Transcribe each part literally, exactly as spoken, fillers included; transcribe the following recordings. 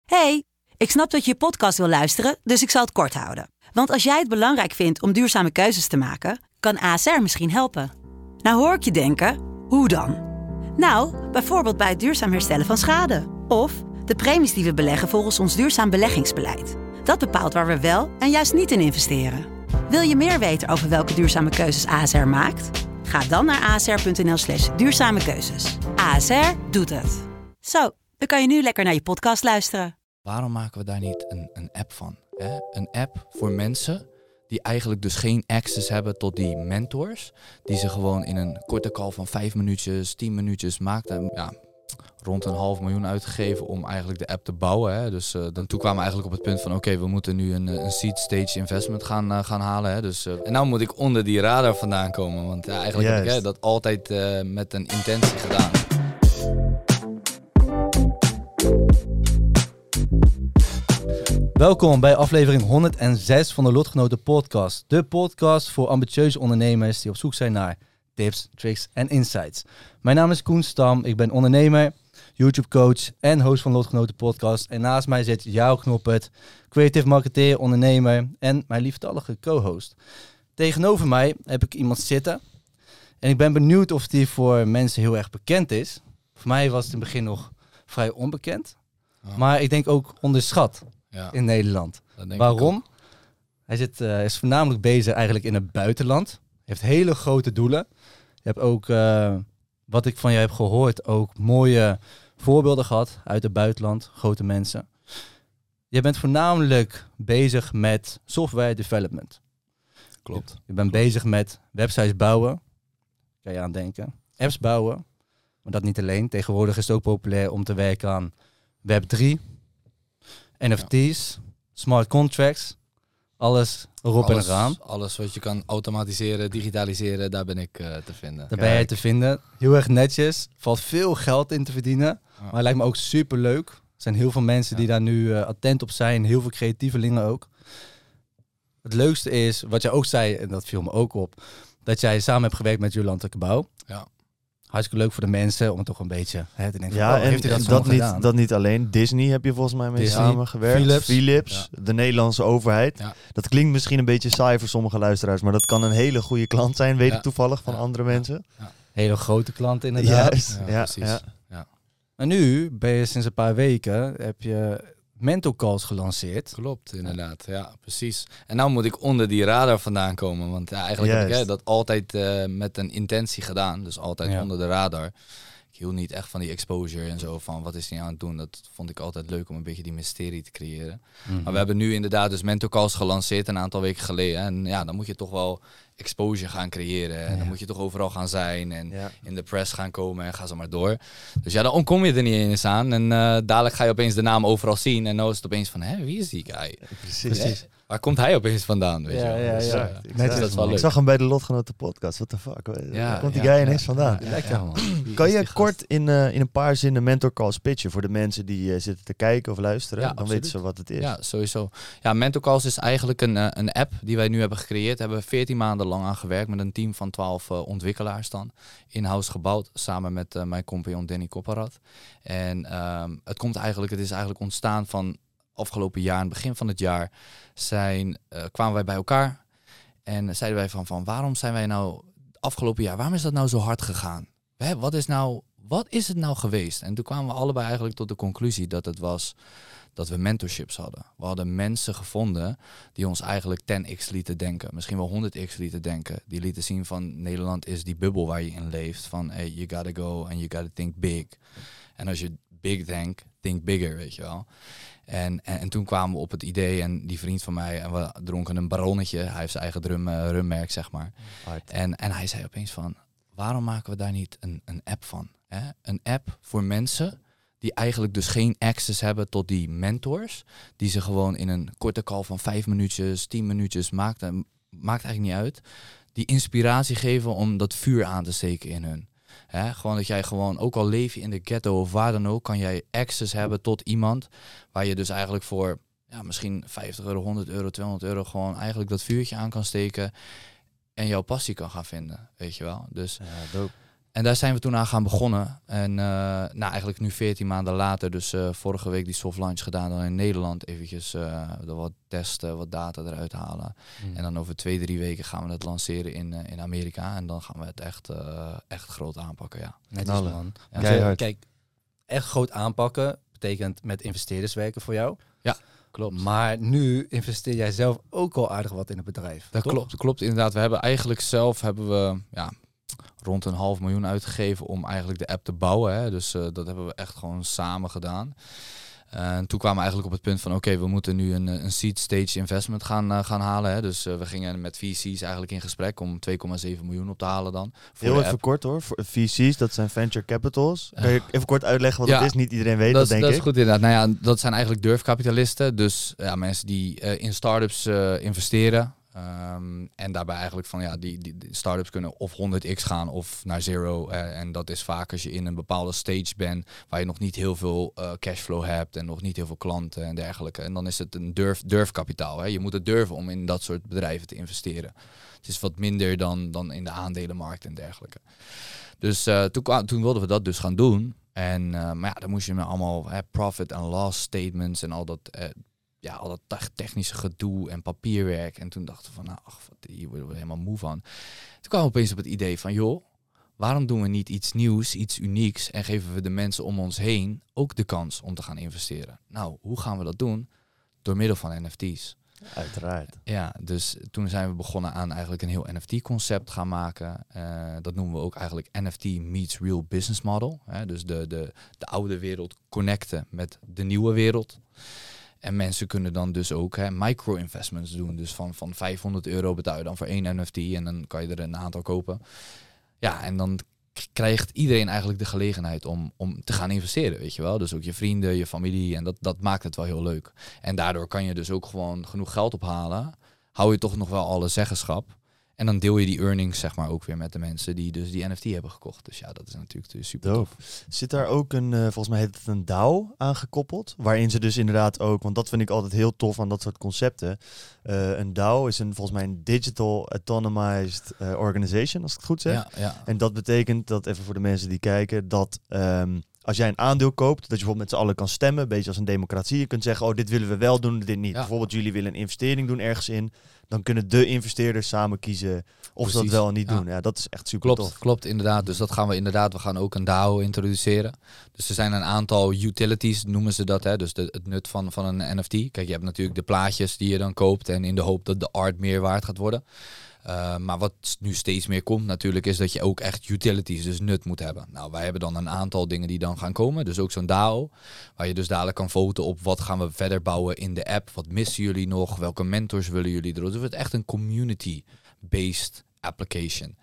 Hey, ik snap dat je je podcast wil luisteren, dus ik zal het kort houden. Want als jij het belangrijk vindt om duurzame keuzes te maken, kan A S R misschien helpen. Nou hoor ik je denken, hoe dan? Nou, bijvoorbeeld bij het duurzaam herstellen van schade. Of de premies die we beleggen volgens ons duurzaam beleggingsbeleid. Dat bepaalt waar we wel en juist niet in investeren. Wil je meer weten over welke duurzame keuzes A S R maakt? Ga dan naar asr.nl slash duurzame keuzes. A S R doet het. Zo, dan kan je nu lekker naar je podcast luisteren. Waarom maken we daar niet een, een app van? Hè? Een app voor mensen die eigenlijk dus geen access hebben tot die mentors. Die ze gewoon in een korte call van vijf minuutjes, tien minuutjes maakten. Ja, rond een half miljoen uitgegeven om eigenlijk de app te bouwen. Hè. Dus uh, dan toen kwamen we eigenlijk op het punt van oké, okay, we moeten nu een, een seed stage investment gaan, uh, gaan halen. Hè. Dus, uh, en nou moet ik onder die radar vandaan komen. Want ja, eigenlijk Juist. heb ik hè, dat altijd uh, met een intentie gedaan. Welkom bij aflevering honderdzes van de Lotgenoten podcast. De podcast voor ambitieuze ondernemers die op zoek zijn naar tips, tricks en insights. Mijn naam is Koen Stam, ik ben ondernemer, YouTube coach en host van Lotgenoten podcast. En naast mij zit Jao Knoppert, creative marketeer, ondernemer en mijn lieftallige co-host. Tegenover mij heb ik iemand zitten en ik ben benieuwd of die voor mensen heel erg bekend is. Voor mij was het in het begin nog vrij onbekend, oh. maar ik denk ook onderschat. Ja, in Nederland. Waarom? Hij zit, uh, is voornamelijk bezig eigenlijk in het buitenland. Hij heeft hele grote doelen. Je hebt ook, uh, wat ik van jou heb gehoord, ook mooie voorbeelden gehad uit het buitenland. Grote mensen. Je bent voornamelijk bezig met software development. Klopt. Je, je bent Klopt. bezig met websites bouwen. Kan je aan denken. Apps bouwen. Maar dat niet alleen. Tegenwoordig is het ook populair om te werken aan web drie. N F T's, ja. smart contracts, alles erop alles, en eraan. Alles wat je kan automatiseren, digitaliseren, daar ben ik uh, te vinden. Daar ben jij te vinden. Heel erg netjes. Valt veel geld in te verdienen. Ja. Maar het lijkt me ook super leuk. Er zijn heel veel mensen ja. die daar nu uh, attent op zijn. Heel veel creatievelingen ook. Het leukste is, wat jij ook zei, en dat viel me ook op, dat jij samen hebt gewerkt met Jolanta Cabau. Ja. Hartstikke leuk voor de mensen om het toch een beetje hè, te denken. Ja, van, oh, en heeft hij dat, dat, niet, dat niet alleen. Disney heb je volgens mij mee Disney, samengewerkt. Philips, Philips ja. de Nederlandse overheid. Ja. Dat klinkt misschien een beetje saai voor sommige luisteraars, maar dat kan een hele goede klant zijn, weet ja. ik toevallig van ja. andere mensen. Ja. Hele grote klant inderdaad. Juist, ja, ja, precies. Ja. Ja. En nu ben je sinds een paar weken, heb je mentor calls gelanceerd. Klopt, inderdaad. Ja, precies. En nou moet ik onder die radar vandaan komen. Want ja, eigenlijk Juist. heb ik hè, dat altijd uh, met een intentie gedaan. Dus altijd ja. onder de radar. Ik hield niet echt van die exposure en zo. Van wat is hij aan het doen? Dat vond ik altijd leuk om een beetje die mysterie te creëren. Mm-hmm. Maar we hebben nu inderdaad dus mentor calls gelanceerd een aantal weken geleden. En ja, dan moet je toch wel exposure gaan creëren. En ja. dan moet je toch overal gaan zijn. En ja. in de press gaan komen en ga zo maar door. Dus ja, dan ontkom je er niet eens aan. En uh, dadelijk ga je opeens de naam overal zien. En dan is het opeens van, hè, wie is die guy? Precies. Hè? Waar komt hij opeens vandaan? Weet ja, je ja, dus, ja. Uh, ik, zag, dat is wel ik zag hem bij de Lotgenoten podcast. What the fuck? Ja, Waar komt die ja, guy ja, ineens vandaan? Ja, ja, ja, ja. Kan je kort in, uh, in een paar zinnen mentor calls pitchen voor de mensen die uh, zitten te kijken of luisteren? Ja, dan absoluut. weten ze wat het is. Ja, sowieso. Ja, mentor calls is eigenlijk een, uh, een app die wij nu hebben gecreëerd. Daar hebben we veertien maanden lang aan gewerkt met een team van twaalf uh, ontwikkelaars dan. In-house gebouwd samen met uh, mijn compagnon Danny Kopparat. En um, het komt eigenlijk, het is eigenlijk ontstaan van afgelopen jaar, aan het begin van het jaar, zijn, uh, kwamen wij bij elkaar en zeiden wij van, van waarom zijn wij nou afgelopen jaar, waarom is dat nou zo hard gegaan? Hè, wat is nou, wat is het nou geweest? En toen kwamen we allebei eigenlijk tot de conclusie dat het was dat we mentorships hadden. We hadden mensen gevonden die ons eigenlijk ten x lieten denken. Misschien wel honderd x lieten denken. Die lieten zien van Nederland is die bubbel waar je in leeft. Van hey, you gotta go and you gotta think big. En als je big denkt, think bigger, weet je wel. En, en, en toen kwamen we op het idee en die vriend van mij, en we dronken een baronnetje. Hij heeft zijn eigen drum, uh, rummerk, zeg maar. En, en hij zei opeens van, waarom maken we daar niet een, een app van? Hè? Een app voor mensen die eigenlijk dus geen access hebben tot die mentors. Die ze gewoon in een korte call van vijf minuutjes, tien minuutjes, maakt, maakt eigenlijk niet uit. Die inspiratie geven om dat vuur aan te steken in hun. Hè? Gewoon dat jij gewoon, ook al leef je in de ghetto of waar dan ook, kan jij access hebben tot iemand waar je dus eigenlijk voor ja, misschien vijftig euro, honderd euro, tweehonderd euro gewoon eigenlijk dat vuurtje aan kan steken en jouw passie kan gaan vinden, weet je wel. Dus, ja, dope. En daar zijn we toen aan gaan begonnen. En uh, nou, eigenlijk nu veertien maanden later, dus uh, vorige week die soft launch gedaan dan in Nederland. Eventjes uh, wat testen, wat data eruit halen. Mm. En dan over twee, drie weken gaan we het lanceren in, uh, in Amerika. En dan gaan we het echt, uh, echt groot aanpakken, ja. Net is man. Ja. Kijk, kijk, echt groot aanpakken betekent met investeerders werken voor jou. Ja. Klopt. Maar nu investeer jij zelf ook al aardig wat in het bedrijf. Dat toch? klopt, klopt inderdaad. We hebben eigenlijk zelf hebben we ja, rond een half miljoen uitgegeven om eigenlijk de app te bouwen. Hè. Dus uh, dat hebben we echt gewoon samen gedaan. Uh, en toen kwamen we eigenlijk op het punt van oké, okay, we moeten nu een, een seed stage investment gaan, uh, gaan halen. Hè. Dus uh, we gingen met V C's eigenlijk in gesprek om twee komma zeven miljoen op te halen dan. Voor Heel even app. Kort hoor, voor V C's, dat zijn venture capitals. Kan je even kort uitleggen wat ja, dat is? Niet iedereen weet dat, dat denk dat ik. Dat is goed inderdaad. Nou ja, dat zijn eigenlijk durfkapitalisten. Dus ja, mensen die uh, in startups uh, investeren. Um, en daarbij eigenlijk van ja, die, die, die startups kunnen of honderd x gaan of naar zero. Uh, en dat is vaak als je in een bepaalde stage bent waar je nog niet heel veel uh, cashflow hebt en nog niet heel veel klanten en dergelijke. En dan is het een durf, durfkapitaal. Hè. Je moet het durven om in dat soort bedrijven te investeren. Het is wat minder dan, dan in de aandelenmarkt en dergelijke. Dus uh, toen, toen wilden we dat dus gaan doen. En uh, maar ja, dan moest je met allemaal hè, profit and loss statements en al dat. Uh, Ja, al dat technische gedoe en papierwerk. En toen dachten we van, nou, ach, wat, hier worden we helemaal moe van. Toen kwamen we opeens op het idee van, joh, waarom doen we niet iets nieuws, iets unieks en geven we de mensen om ons heen ook de kans om te gaan investeren? Nou, hoe gaan we dat doen? Door middel van N F T's. Uiteraard. Ja, dus toen zijn we begonnen aan eigenlijk een heel N F T-concept gaan maken. Uh, dat noemen we ook eigenlijk N F T meets real business model. Hè? Dus de, de, de oude wereld connecten met de nieuwe wereld. En mensen kunnen dan dus ook hè, micro-investments doen. Dus van, van vijfhonderd euro betaal je dan voor één N F T en dan kan je er een aantal kopen. Ja, en dan krijgt iedereen eigenlijk de gelegenheid om, om te gaan investeren, weet je wel. Dus ook je vrienden, je familie en dat, dat maakt het wel heel leuk. En daardoor kan je dus ook gewoon genoeg geld ophalen. Hou je toch nog wel alle zeggenschap. En dan deel je die earnings zeg maar ook weer met de mensen die dus die N F T hebben gekocht. Dus ja, dat is natuurlijk super tof. Zit daar ook een, uh, volgens mij heet het een D A O aangekoppeld? Waarin ze dus inderdaad ook, want dat vind ik altijd heel tof aan dat soort concepten. Uh, een D A O is een, volgens mij een Digital Autonomized uh, Organization, als ik het goed zeg. Ja, ja. En dat betekent dat, even voor de mensen die kijken, dat um, als jij een aandeel koopt, dat je bijvoorbeeld met z'n allen kan stemmen, een beetje als een democratie. Je kunt zeggen, oh, dit willen we wel doen, dit niet. Ja. Bijvoorbeeld jullie willen een investering doen ergens in. Dan kunnen de investeerders samen kiezen of Precies. ze dat wel niet ja. doen. Ja, dat is echt super klopt, tof. Klopt, inderdaad. Dus dat gaan we inderdaad, we gaan ook een D A O introduceren. Dus er zijn een aantal utilities, noemen ze dat. Hè? Dus de, het nut van, van een N F T. Kijk, je hebt natuurlijk de plaatjes die je dan koopt en in de hoop dat de art meer waard gaat worden. Uh, maar wat nu steeds meer komt natuurlijk is dat je ook echt utilities, dus nut moet hebben. Nou, wij hebben dan een aantal dingen die dan gaan komen. Dus ook zo'n D A O, waar je dus dadelijk kan voten op wat gaan we verder bouwen in de app. Wat missen jullie nog? Welke mentors willen jullie er? Dus het wordt echt een community-based application.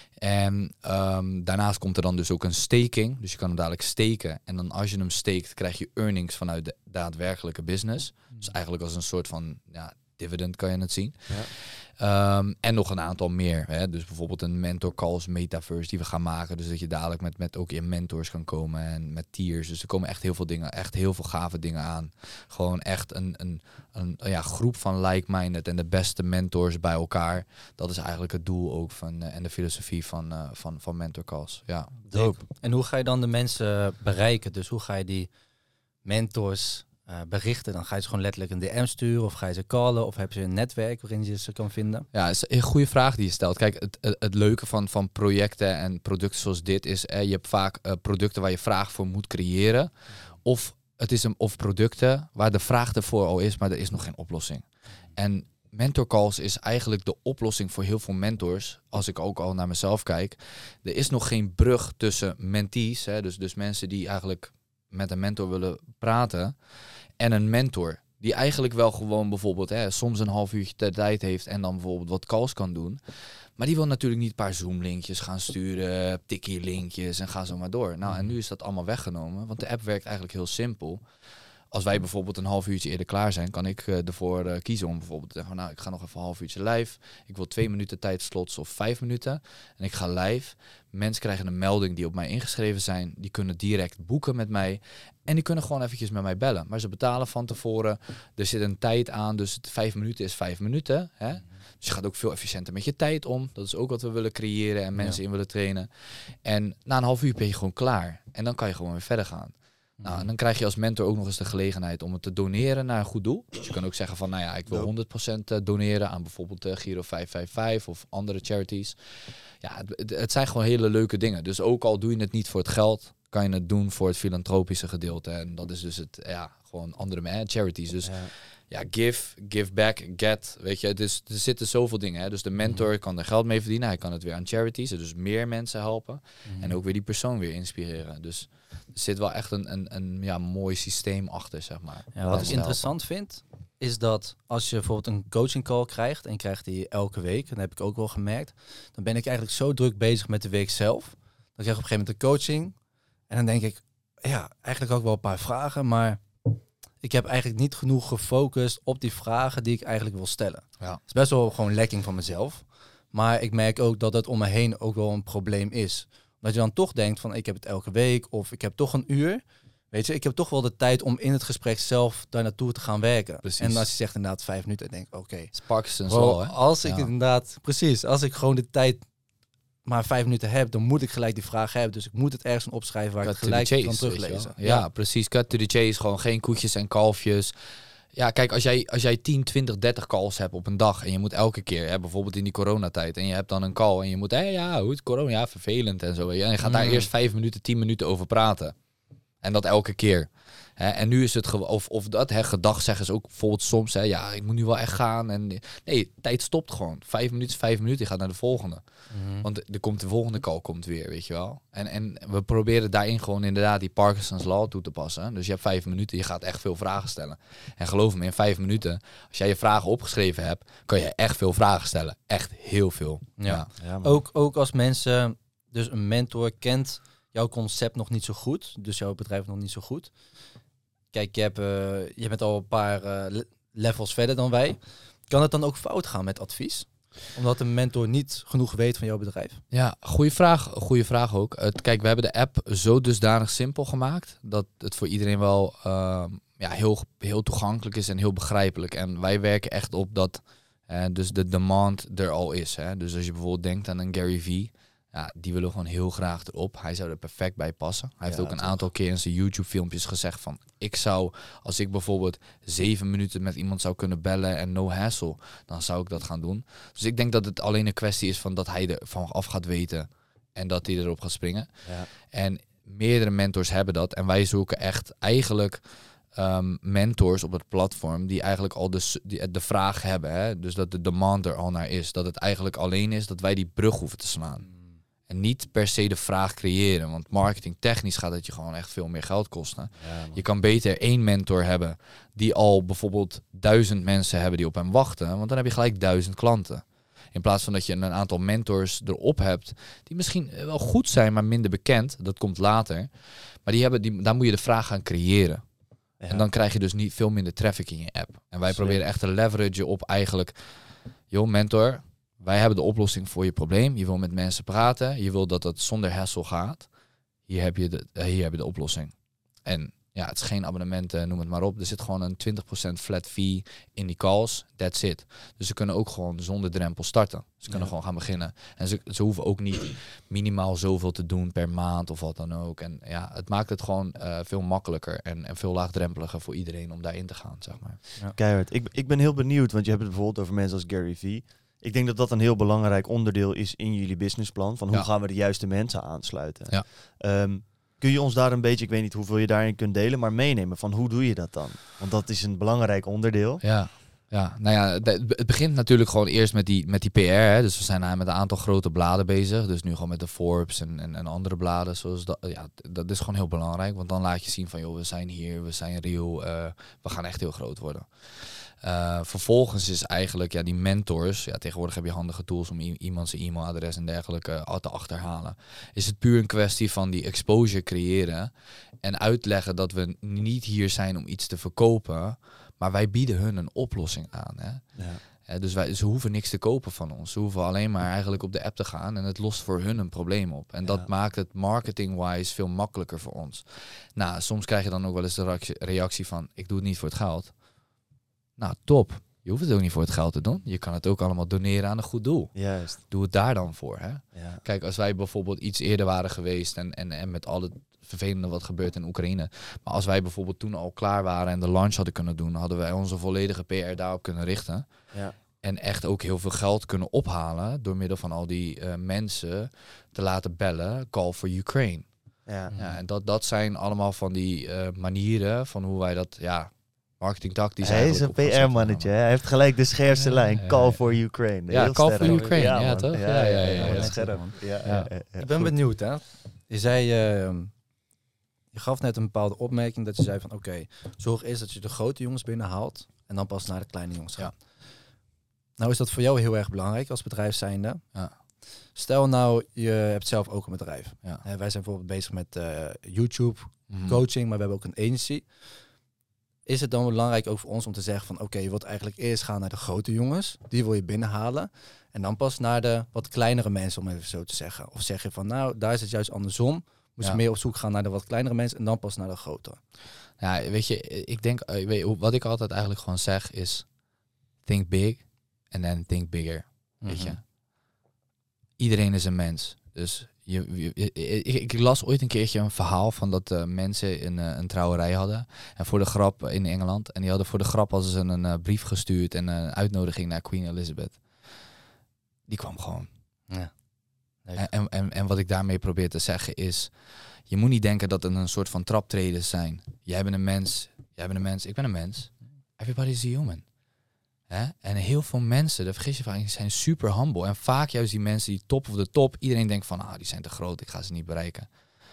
En um, daarnaast komt er dan dus ook een staking. Dus je kan hem dadelijk staken. En dan als je hem steekt, krijg je earnings vanuit de daadwerkelijke business. Mm. Dus eigenlijk als een soort van ja, dividend kan je het zien. Ja. Um, en nog een aantal meer. Hè? Dus bijvoorbeeld een mentor calls metaverse die we gaan maken. Dus dat je dadelijk met, met ook in mentors kan komen en met tiers. Dus er komen echt heel veel dingen, echt heel veel gave dingen aan. Gewoon echt een, een, een ja, groep van like-minded en de beste mentors bij elkaar. Dat is eigenlijk het doel ook van uh, en de filosofie van, uh, van, van mentor calls. Ja. Dope. En hoe ga je dan de mensen bereiken? Dus hoe ga je die mentors Uh, berichten, dan ga je ze gewoon letterlijk een D M sturen of ga je ze callen of heb je een netwerk waarin je ze kan vinden? Ja, het is een goede vraag die je stelt. Kijk, het, het, het leuke van, van projecten en producten zoals dit is, eh, je hebt vaak uh, producten waar je vraag voor moet creëren of het is een of producten waar de vraag ervoor al is, maar er is nog geen oplossing. En mentor calls is eigenlijk de oplossing voor heel veel mentors. Als ik ook al naar mezelf kijk, er is nog geen brug tussen mentees, hè, dus, dus mensen die eigenlijk met een mentor willen praten en een mentor die eigenlijk wel gewoon bijvoorbeeld hè, soms een half uurtje de tijd heeft en dan bijvoorbeeld wat calls kan doen. Maar die wil natuurlijk niet een paar Zoom-linkjes gaan sturen, tikkie-linkjes en ga zo maar door. Nou, en nu is dat allemaal weggenomen, want de app werkt eigenlijk heel simpel. als wij bijvoorbeeld een half uurtje eerder klaar zijn, kan ik uh, ervoor uh, kiezen om bijvoorbeeld te zeggen, nou, ik ga nog even een half uurtje live. Ik wil twee minuten tijdslots of vijf minuten. En ik ga live. Mensen krijgen een melding die op mij ingeschreven zijn. Die kunnen direct boeken met mij. En die kunnen gewoon eventjes met mij bellen. Maar ze betalen van tevoren. Er zit een tijd aan, dus vijf minuten is vijf minuten. Hè? Dus je gaat ook veel efficiënter met je tijd om. Dat is ook wat we willen creëren en mensen ja. in willen trainen. En na een half uur ben je gewoon klaar. En dan kan je gewoon weer verder gaan. Nou, en dan krijg je als mentor ook nog eens de gelegenheid om het te doneren naar een goed doel. Dus je kan ook zeggen van, nou ja, ik wil honderd procent doneren aan bijvoorbeeld uh, Giro vijf vijf vijf of andere charities. Ja, het, het zijn gewoon hele leuke dingen. Dus ook al doe je het niet voor het geld, kan je het doen voor het filantropische gedeelte. En dat is dus het, ja, gewoon andere man, charities. Dus ja. ja, give, give back, get, weet je. Dus er zitten zoveel dingen. Hè. Dus de mentor kan er geld mee verdienen. Hij kan het weer aan charities, dus meer mensen helpen. Mm-hmm. En ook weer die persoon weer inspireren. Dus er zit wel echt een, een, een ja, mooi systeem achter, zeg maar. Ja, wat ik interessant vind, is dat als je bijvoorbeeld een coaching call krijgt en je krijgt die elke week, dat heb ik ook wel gemerkt, dan ben ik eigenlijk zo druk bezig met de week zelf. Dan krijg je op een gegeven moment de coaching en dan denk ik, ja, eigenlijk ook wel een paar vragen, maar ik heb eigenlijk niet genoeg gefocust op die vragen die ik eigenlijk wil stellen. Ja. Het is best wel gewoon lekking van mezelf, maar ik merk ook dat het om me heen ook wel een probleem is. Dat je dan toch denkt van, ik heb het elke week of ik heb toch een uur. Weet je, ik heb toch wel de tijd om in het gesprek zelf daar naartoe te gaan werken. Precies. En als je zegt inderdaad vijf minuten, denk ik, oké. Okay, Parkinson's law, hè? Als ik ja. inderdaad, precies, als ik gewoon de tijd maar vijf minuten heb, dan moet ik gelijk die vraag hebben. Dus ik moet het ergens opschrijven waar cut ik het gelijk chase, kan teruglezen. Ja, ja, precies. Cut to the chase, gewoon geen koetjes en kalfjes. Ja, kijk, als jij, als jij tien, twintig, dertig calls hebt op een dag en je moet elke keer, hè, bijvoorbeeld in die coronatijd, en je hebt dan een call en je moet, hé hey, ja, hoe is corona? Ja, vervelend en zo. En je gaat mm. daar eerst vijf minuten, tien minuten over praten. En dat elke keer. Hè, en nu is het gewoon, of, of dat, hè, gedag zeggen ze ook bijvoorbeeld soms, hè, ja, ik moet nu wel echt gaan. En nee, tijd stopt gewoon. Vijf minuten, vijf minuten, je gaat naar de volgende. Mm. Want er komt de volgende call komt weer, weet je wel. En, en we proberen daarin gewoon inderdaad die Parkinson's law toe te passen. Dus je hebt vijf minuten, je gaat echt veel vragen stellen. En geloof me, in vijf minuten, als jij je vragen opgeschreven hebt, kan je echt veel vragen stellen. Echt heel veel. Ja. Ja. Ja, ook, ook als mensen, dus een mentor kent jouw concept nog niet zo goed, dus jouw bedrijf nog niet zo goed. Kijk, je, hebt, uh, je bent al een paar uh, levels verder dan wij. Kan het dan ook fout gaan met advies? Omdat een mentor niet genoeg weet van jouw bedrijf? Ja, goede vraag. Goede vraag ook. Uh, kijk, we hebben de app zo dusdanig simpel gemaakt dat het voor iedereen wel uh, ja, heel, heel toegankelijk is en heel begrijpelijk. En wij werken echt op dat uh, dus de demand er al is. Hè? Dus als je bijvoorbeeld denkt aan een Gary Vee, ja, die willen gewoon heel graag erop. Hij zou er perfect bij passen. Hij heeft ja, ook een toch. aantal keer in zijn YouTube-filmpjes gezegd van, ik zou, als ik bijvoorbeeld zeven minuten met iemand zou kunnen bellen en no hassle, dan zou ik dat gaan doen. Dus ik denk dat het alleen een kwestie is van dat hij er van af gaat weten en dat hij erop gaat springen. Ja. En meerdere mentors hebben dat. En wij zoeken echt eigenlijk um, mentors op het platform die eigenlijk al de, die, de vraag hebben. Hè? Dus dat de demand er al naar is. Dat het eigenlijk alleen is dat wij die brug hoeven te slaan. En niet per se de vraag creëren. Want marketingtechnisch gaat het je gewoon echt veel meer geld kosten. Ja, je kan beter één mentor hebben die al bijvoorbeeld duizend mensen hebben die op hem wachten. Want dan heb je gelijk duizend klanten. In plaats van dat je een aantal mentors erop hebt die misschien wel goed zijn, maar minder bekend. Dat komt later. Maar die hebben, die, daar moet je de vraag gaan creëren. Ja. En dan krijg je dus niet veel minder traffic in je app. En wij Zeker. proberen echt te leveragen op eigenlijk, joh mentor, wij hebben de oplossing voor je probleem. Je wil met mensen praten. Je wil dat het zonder hassle gaat. Hier heb je de, hier heb je de oplossing. En ja, het is geen abonnement, noem het maar op. Er zit gewoon een twintig procent flat fee in die calls. That's it. Dus ze kunnen ook gewoon zonder drempel starten. Ze kunnen ja. gewoon gaan beginnen. En ze, ze hoeven ook niet minimaal zoveel te doen per maand of wat dan ook. En ja, het maakt het gewoon uh, veel makkelijker en, en veel laagdrempeliger voor iedereen om daarin te gaan, zeg maar. Ja. Keihard. Ik, ik ben heel benieuwd, want je hebt het bijvoorbeeld over mensen als Gary Vee. Ik denk dat dat een heel belangrijk onderdeel is in jullie businessplan. Van hoe ja. gaan we de juiste mensen aansluiten? Ja. Um, kun je ons daar een beetje, ik weet niet hoeveel je daarin kunt delen, maar meenemen van hoe doe je dat dan? Want dat is een belangrijk onderdeel. Ja, Ja, nou ja, de, het begint natuurlijk gewoon eerst met die, met die P R. Hè. Dus we zijn uh, met een aantal grote bladen bezig. Dus nu gewoon met de Forbes en, en, en andere bladen. Zoals dat, ja, dat is gewoon heel belangrijk. Want dan laat je zien van, joh, we zijn hier, we zijn real. Uh, we gaan echt heel groot worden. Uh, vervolgens is eigenlijk, ja, die mentors. Ja, tegenwoordig heb je handige tools om i- iemand zijn e-mailadres en dergelijke uh, te achterhalen. Is het puur een kwestie van die exposure creëren. En uitleggen dat we niet hier zijn om iets te verkopen. Maar wij bieden hun een oplossing aan. Hè? Ja. Hè, dus wij, ze hoeven niks te kopen van ons. Ze hoeven alleen maar eigenlijk op de app te gaan. En het lost voor hun een probleem op. En Ja. dat maakt het marketing-wise veel makkelijker voor ons. Nou, soms krijg je dan ook wel eens de reactie, reactie van... ik doe het niet voor het geld. Nou, top. Je hoeft het ook niet voor het geld te doen. Je kan het ook allemaal doneren aan een goed doel. Juist. Doe het daar dan voor. Hè? Ja. Kijk, als wij bijvoorbeeld iets eerder waren geweest... en, en, en met al het vervelende wat gebeurt in Oekraïne... maar als wij bijvoorbeeld toen al klaar waren en de launch hadden kunnen doen... hadden wij onze volledige P R daarop kunnen richten... Ja. en echt ook heel veel geld kunnen ophalen... door middel van al die uh, mensen te laten bellen... Call for Ukraine. Ja. Ja, en dat, dat zijn allemaal van die uh, manieren van hoe wij dat... ja, marketingtactisch Hij is een P R-mannetje. Hij heeft gelijk de scherpste Ja, lijn. ja, Call ja. for Ukraine. Ja, Heel Call sterk. for Ukraine, ja, man. toch? Ja, Ja, ja, ja, ja, ja, ja. scherp. Ja, ja. Ja. ja, ja. Ik ben Goed. benieuwd, hè. Je zei, uh, je gaf net een bepaalde opmerking dat je zei van, oké, okay, zorg eerst dat je de grote jongens binnenhaalt en dan pas naar de kleine jongens gaat. Ja. Nou is dat voor jou heel erg belangrijk als bedrijf zijnde. Ja. Stel nou, je hebt zelf ook een bedrijf. Ja. Uh, wij zijn bijvoorbeeld bezig met uh, YouTube, Mm. coaching, maar we hebben ook een agency. Is het dan belangrijk ook voor ons om te zeggen van, oké, okay, je wilt eigenlijk eerst gaan naar de grote jongens, die wil je binnenhalen. En dan pas naar de wat kleinere mensen, om even zo te zeggen. Of zeg je van, nou, daar is het juist andersom. Moet je Ja. meer op zoek gaan naar de wat kleinere mensen en dan pas naar de grotere. Ja, weet je, ik denk, weet je, wat ik altijd eigenlijk gewoon zeg is... think big and then think bigger. Weet Mhm. je? Iedereen is een mens. Dus je, je, je- ik, ik las ooit een keertje een verhaal van dat uh, mensen een, uh, een trouwerij hadden. En voor de grap in Engeland. En die hadden voor de grap als ze een uh, brief gestuurd en een uitnodiging naar Queen Elizabeth. Die kwam gewoon. Ja. En, en, en, en wat ik daarmee probeer te zeggen is... je moet niet denken dat het een soort van traptreden zijn. Jij bent een mens, jij bent een mens, ik ben een mens. Everybody's a human. Hè? En heel veel mensen, daar vergis je van, zijn super humble. En vaak juist die mensen die top of de top... iedereen denkt van, ah, die zijn te groot, ik ga ze niet bereiken.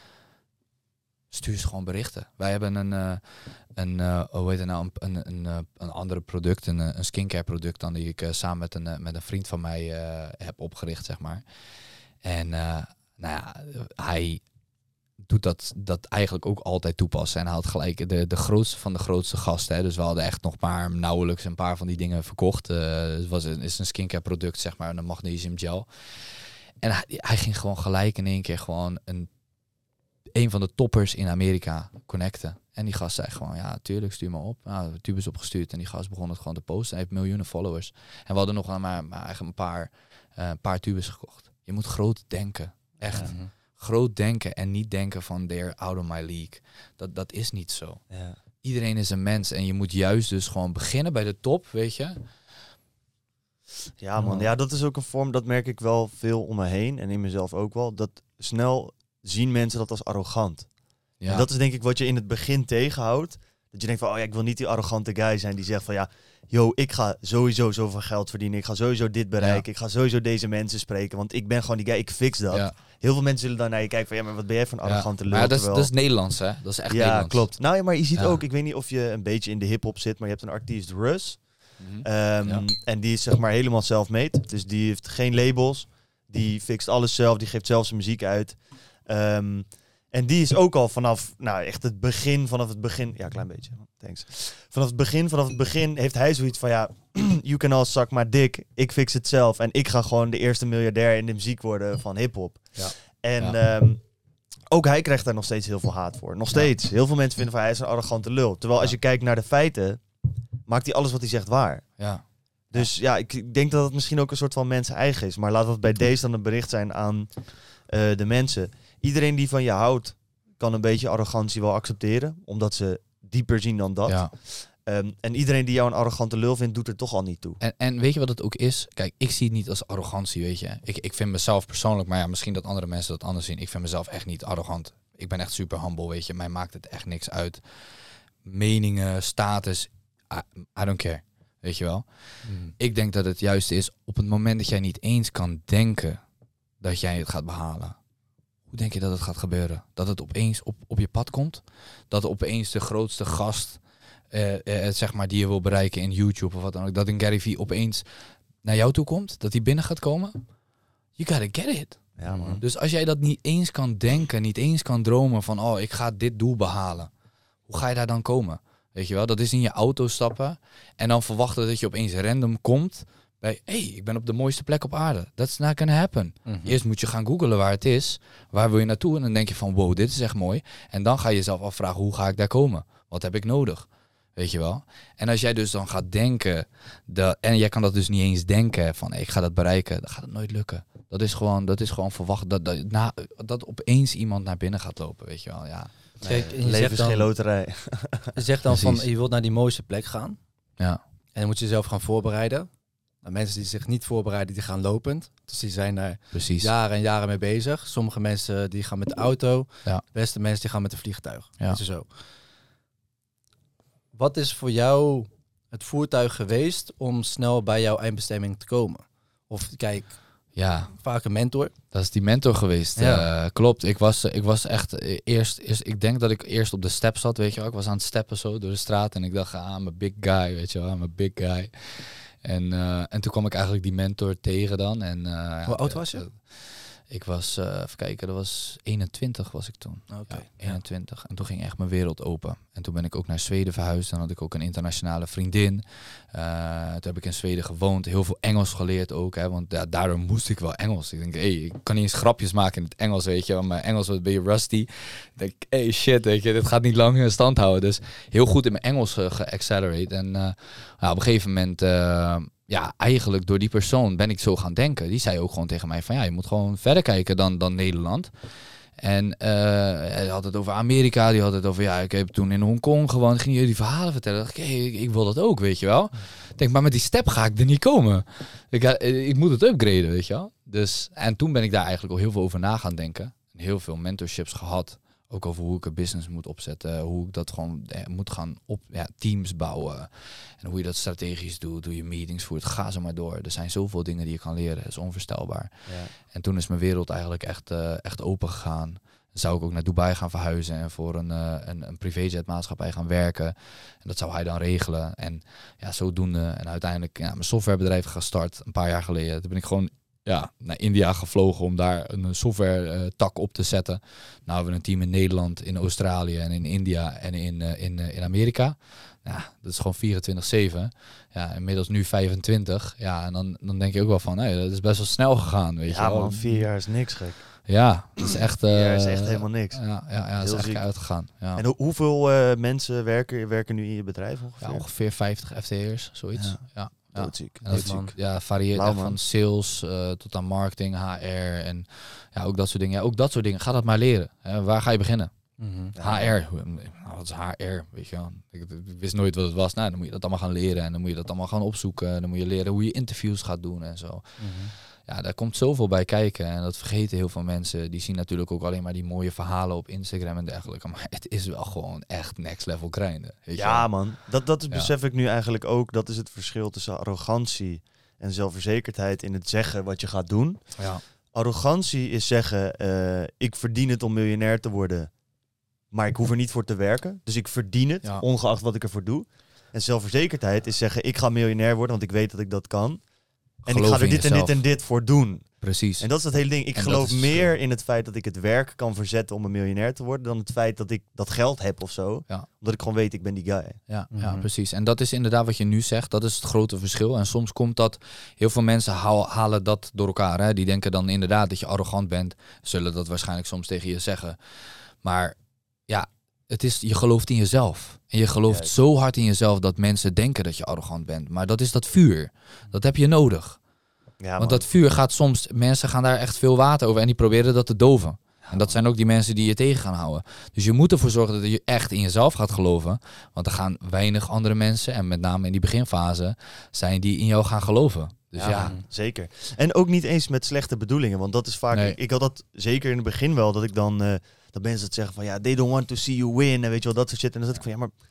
Stuur ze gewoon berichten. Wij hebben een, uh, een uh, hoe heet het nou, een, een, een, uh, een andere product, een, een skincare product... dan die ik uh, samen met een, uh, met een vriend van mij uh, heb opgericht, zeg maar. En uh, nou ja, hij doet dat, dat eigenlijk ook altijd toepassen. En hij had gelijk de, de grootste van de grootste gasten. Hè. Dus we hadden echt nog maar nauwelijks een paar van die dingen verkocht. Uh, het was een, is een skincare product, zeg maar, een magnesium gel. En hij, hij ging gewoon gelijk in één keer gewoon een, een van de toppers in Amerika connecten. En die gast zei gewoon, ja, tuurlijk, stuur maar op. Nou, de tubes opgestuurd en die gast begon het gewoon te posten. Hij heeft miljoenen followers. En we hadden nog maar, maar eigenlijk een paar, uh, een paar tubes gekocht. Je moet groot denken. Echt. Mhm. Groot denken en niet denken van they're out of my league. Dat, dat is niet zo. Ja. Iedereen is een mens en je moet juist dus gewoon beginnen bij de top, weet je. Ja man, ja, dat is ook een vorm, dat merk ik wel veel om me heen en in mezelf ook wel. Dat snel zien mensen dat als arrogant. Ja. En dat is denk ik wat je in het begin tegenhoudt. Dat je denkt van, oh ja, ik wil niet die arrogante guy zijn die zegt van, ja, yo, ik ga sowieso zoveel geld verdienen. Ik ga sowieso dit bereiken. Ja. Ik ga sowieso deze mensen spreken. Want ik ben gewoon die guy, ik fix dat. Ja. Heel veel mensen zullen dan naar je kijken van, ja, maar wat ben jij voor een arrogante Ja. lul? Maar dat is, terwijl- dat is Nederlands, hè? Dat is echt ja, Nederlands. klopt. Nou ja, maar je ziet Ja. ook, ik weet niet of je een beetje in de hip-hop zit, maar je hebt een artiest, Russ. Mhm. Ehm, Ja. En die is zeg maar helemaal self-made. Dus die heeft geen labels. Die fixt alles zelf. Die geeft zelf zijn muziek uit. Um, en die is ook al vanaf, nou echt het begin, vanaf het begin... Ja, klein beetje. Thanks. Vanaf het begin, vanaf het begin heeft hij zoiets van, ja, you can all suck my dick. Ik fix het zelf. En ik ga gewoon de eerste miljardair in de muziek worden van hiphop. Ja. En Ja. Um, ook hij krijgt daar nog steeds heel veel haat voor. Nog steeds. Heel veel mensen vinden van, hij is een arrogante lul. Terwijl als Ja. je kijkt naar de feiten, maakt hij alles wat hij zegt waar. Ja. Dus ja, ik, ik denk dat het misschien ook een soort van mensen eigen is. Maar laat dat bij deze dan een bericht zijn aan uh, de mensen. Iedereen die van je houdt, kan een beetje arrogantie wel accepteren. Omdat ze dieper zien dan dat. Ja. Um, en iedereen die jou een arrogante lul vindt, doet er toch al niet toe. En, en weet je wat het ook is? Kijk, ik zie het niet als arrogantie, weet je. Ik, ik vind mezelf persoonlijk, maar ja, misschien dat andere mensen dat anders zien. Ik vind mezelf echt niet arrogant. Ik ben echt super humble, weet je. Mij maakt het echt niks uit. Meningen, status, I, I don't care. Weet je wel? Mm. Ik denk dat het juist is op het moment dat jij niet eens kan denken dat jij het gaat behalen. Hoe denk je dat het gaat gebeuren? Dat het opeens op, op je pad komt? Dat opeens de grootste gast, uh, uh, zeg maar, die je wil bereiken in YouTube of wat dan ook, dat een Gary Vee opeens naar jou toe komt? Dat hij binnen gaat komen? You gotta get it. Ja, man. Dus als jij dat niet eens kan denken, niet eens kan dromen van, oh, ik ga dit doel behalen. Hoe ga je daar dan komen? Weet je wel, dat is in je auto stappen en dan verwachten dat je opeens random komt bij, hé, hey, ik ben op de mooiste plek op aarde. That's not gonna happen. Mm-hmm. Eerst moet je gaan googlen waar het is, waar wil je naartoe en dan denk je van, wow, dit is echt mooi. En dan ga je jezelf afvragen, hoe ga ik daar komen? Wat heb ik nodig? Weet je wel? En als jij dus dan gaat denken, de, en jij kan dat dus niet eens denken van, hey, ik ga dat bereiken, dan gaat het nooit lukken. Dat is gewoon, dat is gewoon verwacht dat, dat, na, dat opeens iemand naar binnen gaat lopen, weet je wel? Ja. Kijk, en je Leven zegt is dan, geen loterij. je zegt dan van, Precies. je wilt naar die mooiste plek gaan. Ja. En dan moet je jezelf gaan voorbereiden. Nou, mensen die zich niet voorbereiden, die gaan lopend. Dus die zijn daar Precies. jaren en jaren mee bezig. Sommige mensen die gaan met de auto. Ja. De beste mensen die gaan met een vliegtuig. Ja. Weet je zo. Wat is voor jou het voertuig geweest om snel bij jouw eindbestemming te komen? Of kijk, Ja, vaak een mentor. dat is die mentor geweest. Ja. Uh, klopt. Ik was, ik was echt uh, eerst, eerst, ik denk dat ik eerst op de step zat, weet je wel. Ik was aan het steppen zo door de straat en ik dacht, ah, I'm a big guy, weet je wel, I'm a big guy. En, uh, en toen kwam ik eigenlijk die mentor tegen dan. En, uh, Hoe ja, oud was je? uh, ik was, uh, even kijken, dat was eenentwintig was ik toen. Oké. Ja, eenentwintig. En toen ging echt mijn wereld open. En toen ben ik ook naar Zweden verhuisd. Dan had ik ook een internationale vriendin. Uh, toen heb ik in Zweden gewoond. Heel veel Engels geleerd ook. Hè, want ja, daardoor moest ik wel Engels. Ik denk, hé, hey, ik kan niet eens grapjes maken in het Engels, weet je. Want mijn Engels was een beetje rusty. Ik denk, hé, hey, shit, weet je, dit gaat niet lang in stand houden. Dus heel goed in mijn Engels uh, geaccelerate. En uh, nou, op een gegeven moment... Uh, ja, eigenlijk door die persoon ben ik zo gaan denken. Die zei ook gewoon tegen mij van, ja, je moet gewoon verder kijken dan, dan Nederland. En uh, hij had het over Amerika, die had het over, ja, ik heb toen in Hongkong gewoon, ging je die verhalen vertellen. Dacht ik, hey, ik, ik wil dat ook, weet je wel. Ik denk, maar met die step ga ik er niet komen. Ik, ik moet het upgraden, weet je wel. Dus, en toen ben ik daar eigenlijk al heel veel over na gaan denken. En heel veel mentorships gehad. Ook over hoe ik een business moet opzetten. Hoe ik dat gewoon eh, moet gaan op ja, teams bouwen. En hoe je dat strategisch doet. Hoe je meetings voert. Ga zo maar door. Er zijn zoveel dingen die je kan leren. Dat is onvoorstelbaar. Ja. En toen is mijn wereld eigenlijk echt, uh, echt open gegaan. Dan zou ik ook naar Dubai gaan verhuizen. En voor een, uh, een, een privéjetmaatschappij gaan werken. En dat zou hij dan regelen. En ja, zodoende. En uiteindelijk ja, mijn softwarebedrijf gestart. Een paar jaar geleden. Toen ben ik gewoon... Ja, naar India gevlogen om daar een software uh, tak op te zetten. Nou hebben we een team in Nederland, in Australië en in India en in, uh, in, uh, in Amerika. Ja, dat is gewoon vierentwintig zeven. Ja, inmiddels nu vijfentwintig. Ja, en dan, dan denk je ook wel van, hey, dat is best wel snel gegaan, weet ja, je wel. Man, vier jaar is niks, gek. Ja, dat is echt... Uh, ja, is echt helemaal niks. Ja, ja, ja dat is echt uitgegaan. Ja. En ho- hoeveel uh, mensen werken, werken nu in je bedrijf ongeveer? Ja, ongeveer vijftig F T E'ers, zoiets. Ja. ja. Ja. Doodziek. En dat Doodziek. ja, varieert echt van sales uh, tot aan marketing, H R en ja, ook dat soort dingen. Ja, ook dat soort dingen. Ga dat maar leren. Hè. Waar ga je beginnen? Mm-hmm. H R. Nou, wat is H R? Weet je wel. Ik, ik wist nooit wat het was. Nou, dan moet je dat allemaal gaan leren en dan moet je dat allemaal gaan opzoeken. En dan moet je leren hoe je interviews gaat doen en zo. Mm-hmm. Ja, daar komt zoveel bij kijken en dat vergeten heel veel mensen. Die zien natuurlijk ook alleen maar die mooie verhalen op Instagram en dergelijke. Maar het is wel gewoon echt next level grinden. Weet je ja wel? man, dat, dat ja. besef ik nu eigenlijk ook. Dat is het verschil tussen arrogantie en zelfverzekerdheid in het zeggen wat je gaat doen. Ja. Arrogantie is zeggen, uh, ik verdien het om miljonair te worden, maar ik hoef er niet voor te werken. Dus ik verdien het, ja. ongeacht wat ik ervoor doe. En zelfverzekerdheid is zeggen, ik ga miljonair worden, want ik weet dat ik dat kan. En geloof ik ga er dit jezelf. en dit en dit voor doen. Precies. En dat is het hele ding. Ik en geloof meer zo. in het feit dat ik het werk kan verzetten om een miljonair te worden, dan het feit dat ik dat geld heb of zo. Ja. Omdat ik gewoon weet, ik ben die guy. Ja, mm-hmm. ja, precies. En dat is inderdaad wat je nu zegt. Dat is het grote verschil. En soms komt dat... Heel veel mensen halen dat door elkaar. Hè. Die denken dan inderdaad dat je arrogant bent. Zullen dat waarschijnlijk soms tegen je zeggen. Maar ja, het is, je gelooft in jezelf. En je gelooft ja, zo hard in jezelf dat mensen denken dat je arrogant bent. Maar dat is dat vuur. Dat heb je nodig. Ja, Want man. dat vuur gaat soms... Mensen gaan daar echt veel water over en die proberen dat te doven. Ja, en dat zijn ook die mensen die je tegen gaan houden. Dus je moet ervoor zorgen dat je echt in jezelf gaat geloven. Want er gaan weinig andere mensen, en met name in die beginfase, zijn die in jou gaan geloven. Dus ja, ja. Zeker. En ook niet eens met slechte bedoelingen. Want dat is vaak... Nee. Ik, ik had dat zeker in het begin wel, dat ik dan... Uh, dat mensen het zeggen van, ja, they don't want to see you win. En weet je wel, dat soort shit. En dan zat ik van, ja, maar...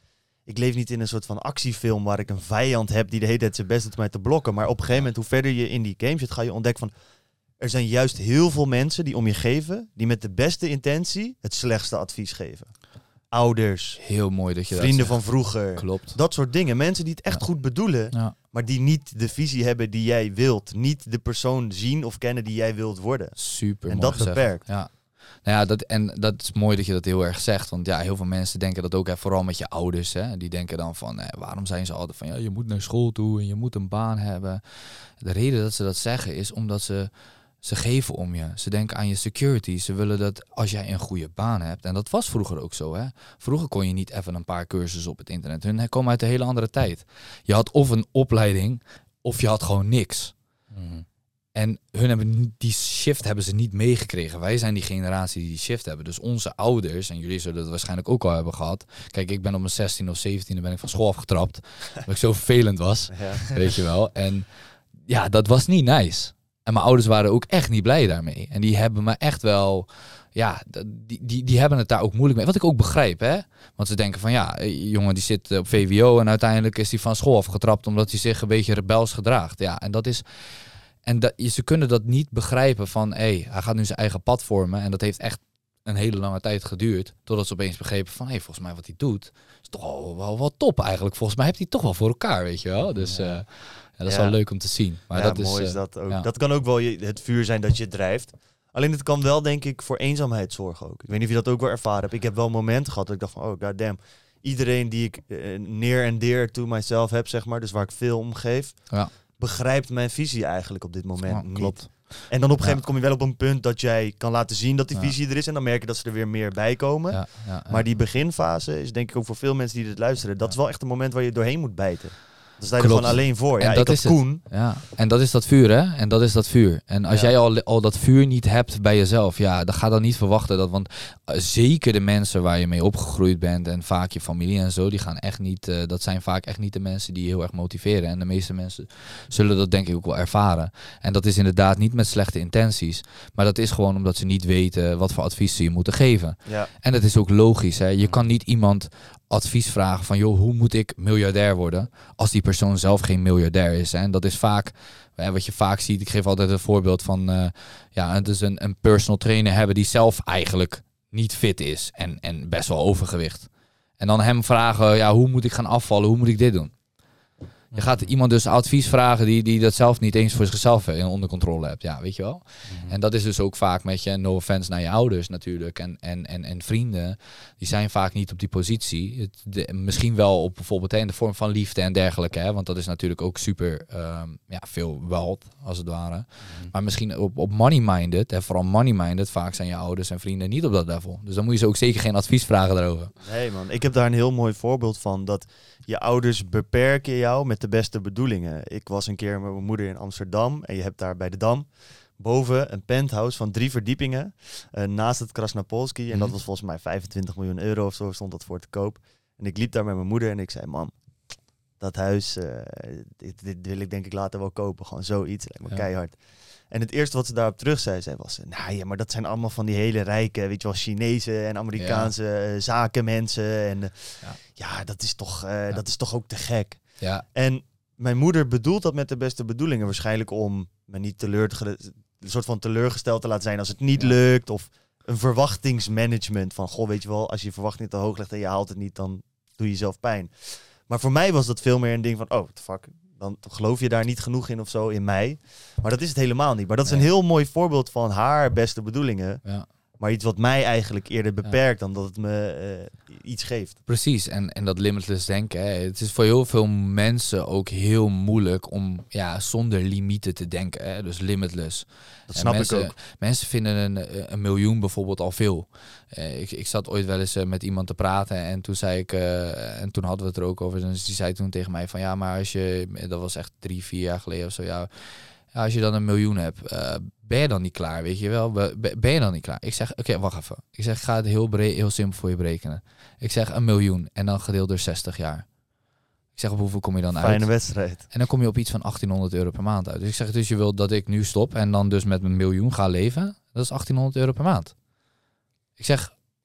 ik leef niet in een soort van actiefilm waar ik een vijand heb die de hele tijd zijn best doet om mij te blokken. Maar op een gegeven moment, hoe verder je in die game zit, ga je ontdekken van, er zijn juist heel veel mensen die om je geven, die met de beste intentie het slechtste advies geven. Ouders. Heel mooi dat je vrienden dat van vroeger. Klopt. Dat soort dingen. Mensen die het echt ja. goed bedoelen, ja. maar die niet de visie hebben die jij wilt. Niet de persoon zien of kennen die jij wilt worden. Super. En mooi dat gezegd. beperkt. Ja. Nou ja, dat, en dat is mooi dat je dat heel erg zegt. Want ja, heel veel mensen denken dat ook, hè, vooral met je ouders. Hè, die denken dan van, eh, waarom zijn ze altijd van, ja, je moet naar school toe en je moet een baan hebben. De reden dat ze dat zeggen is omdat ze, ze geven om je. Ze denken aan je security. Ze willen dat als jij een goede baan hebt. En dat was vroeger ook zo. Hè. Vroeger kon je niet even een paar cursussen op het internet. Hun komen uit een hele andere tijd. Je had of een opleiding of je had gewoon niks. Mm. En hun hebben die shift hebben ze niet meegekregen. Wij zijn die generatie die die shift hebben. Dus onze ouders, en jullie zullen het waarschijnlijk ook al hebben gehad. Kijk, ik ben op mijn zestiende of zeventiende ben ik van school afgetrapt. Omdat ik zo vervelend was. Ja. Weet je wel. En ja, dat was niet nice. En mijn ouders waren ook echt niet blij daarmee. En die hebben me echt wel... Ja, die, die, die hebben het daar ook moeilijk mee. Wat ik ook begrijp, hè. Want ze denken van, ja, jongen die zit op V W O... en uiteindelijk is hij van school afgetrapt... omdat hij zich een beetje rebels gedraagt. Ja, en dat is... En dat, ze kunnen dat niet begrijpen van, hé, hey, hij gaat nu zijn eigen pad vormen. En dat heeft echt een hele lange tijd geduurd. Totdat ze opeens begrepen van, hé, hey, volgens mij wat hij doet... is toch wel, wel, wel top eigenlijk. Volgens mij heeft hij toch wel voor elkaar, weet je wel. Dus... Uh, Ja, dat is ja. wel leuk om te zien. Maar ja, dat mooi is, is dat ook. Ja. Dat kan ook wel je, het vuur zijn dat je drijft. Alleen het kan wel, denk ik, voor eenzaamheid zorgen ook. Ik weet niet of je dat ook wel ervaren hebt. Ik heb wel momenten gehad dat ik dacht van, oh goddamn. Iedereen die ik uh, near and dear to myself heb, zeg maar, dus waar ik veel om geef, ja. begrijpt mijn visie eigenlijk op dit moment ja, niet. Klopt. En dan op een gegeven moment ja. kom je wel op een punt dat jij kan laten zien dat die visie ja. er is. En dan merk je dat ze er weer meer bij komen. Ja, ja, ja. Maar die beginfase is denk ik ook voor veel mensen die dit luisteren. Dat ja. is wel echt een moment waar je doorheen moet bijten. Dan sta je er gewoon alleen voor. Ja, en dat ik is Koen. Het. Ja. En dat is dat vuur, hè? En dat is dat vuur. En als ja. jij al, al dat vuur niet hebt bij jezelf, ja, dan ga dan niet verwachten dat. Want uh, zeker de mensen waar je mee opgegroeid bent en vaak je familie en zo, die gaan echt niet. Uh, dat zijn vaak echt niet de mensen die je heel erg motiveren. En de meeste mensen zullen dat denk ik ook wel ervaren. En dat is inderdaad niet met slechte intenties, maar dat is gewoon omdat ze niet weten wat voor advies ze je moeten geven. Ja. En dat is ook logisch, hè? Je kan niet iemand advies vragen van, joh, hoe moet ik miljardair worden als die persoon zelf geen miljardair is. Hè? En dat is vaak, hè, wat je vaak ziet, ik geef altijd een voorbeeld van, uh, ja, dus een, een personal trainer hebben die zelf eigenlijk niet fit is en, en best wel overgewicht. En dan hem vragen, ja, hoe moet ik gaan afvallen, hoe moet ik dit doen? Je gaat iemand dus advies vragen die, die dat zelf niet eens voor zichzelf onder controle hebt. Ja, weet je wel. Mm-hmm. En dat is dus ook vaak met je, no offense naar je ouders natuurlijk. En, en, en, en vrienden, die zijn vaak niet op die positie. Het, de, misschien wel op bijvoorbeeld in de vorm van liefde en dergelijke. Hè, want dat is natuurlijk ook super um, ja, veel wealth, als het ware. Mm-hmm. Maar misschien op, op money-minded, en vooral money-minded, vaak zijn je ouders en vrienden niet op dat level. Dus dan moet je ze ook zeker geen advies vragen daarover. Nee man, ik heb daar een heel mooi voorbeeld van. Dat je ouders beperken jou met de beste bedoelingen. Ik was een keer met mijn moeder in Amsterdam en je hebt daar bij de Dam boven een penthouse van drie verdiepingen uh, naast het Krasnapolski. Mm-hmm. En dat was volgens mij vijfentwintig miljoen euro of zo stond dat voor te koop. En ik liep daar met mijn moeder en ik zei, mam, dat huis, uh, dit, dit wil ik denk ik later wel kopen. Gewoon zoiets, lijkt me ja. keihard. En het eerste wat ze daarop terug zei, zei was, nou ja, maar dat zijn allemaal van die hele rijke, weet je wel, Chinese en Amerikaanse ja. uh, zakenmensen. En uh, ja. ja, dat is toch, uh, ja. dat is toch ook te gek. Ja. En mijn moeder bedoelt dat met de beste bedoelingen. Waarschijnlijk om me niet teleur, een soort van teleurgesteld te laten zijn als het niet ja. lukt. Of een verwachtingsmanagement van, goh, weet je wel, als je je verwachting te hoog legt en je haalt het niet, dan doe je jezelf pijn. Maar voor mij was dat veel meer een ding van, oh, what the fuck. Dan geloof je daar niet genoeg in of zo, in mij. Maar dat is het helemaal niet. Maar dat is een heel mooi voorbeeld van haar beste bedoelingen. Ja. Maar iets wat mij eigenlijk eerder beperkt ja. dan dat het me uh, iets geeft. Precies, en, en dat limitless denken. Hè. Het is voor heel veel mensen ook heel moeilijk om ja, zonder limieten te denken. Hè. Dus limitless. Dat snap mensen, ik ook. Mensen vinden een, een miljoen bijvoorbeeld al veel. Uh, ik, ik zat ooit wel eens uh, met iemand te praten en toen zei ik, uh, en toen hadden we het er ook over. En die zei toen tegen mij van ja, maar als je, dat was echt drie, vier jaar geleden of zo, ja. Ja, als je dan een miljoen hebt, uh, ben je dan niet klaar, weet je wel? Ben je dan niet klaar? Ik zeg, oké, okay, wacht even. Ik zeg, ik ga het heel, bre- heel simpel voor je berekenen. Ik zeg een miljoen en dan gedeeld door zestig jaar. Ik zeg, op hoeveel kom je dan Fijne uit? Fijne wedstrijd. En dan kom je op iets van achttienhonderd euro per maand uit. Dus ik zeg, dus je wilt dat ik nu stop en dan dus met een miljoen ga leven? Dat is achttienhonderd euro per maand. Ik zeg,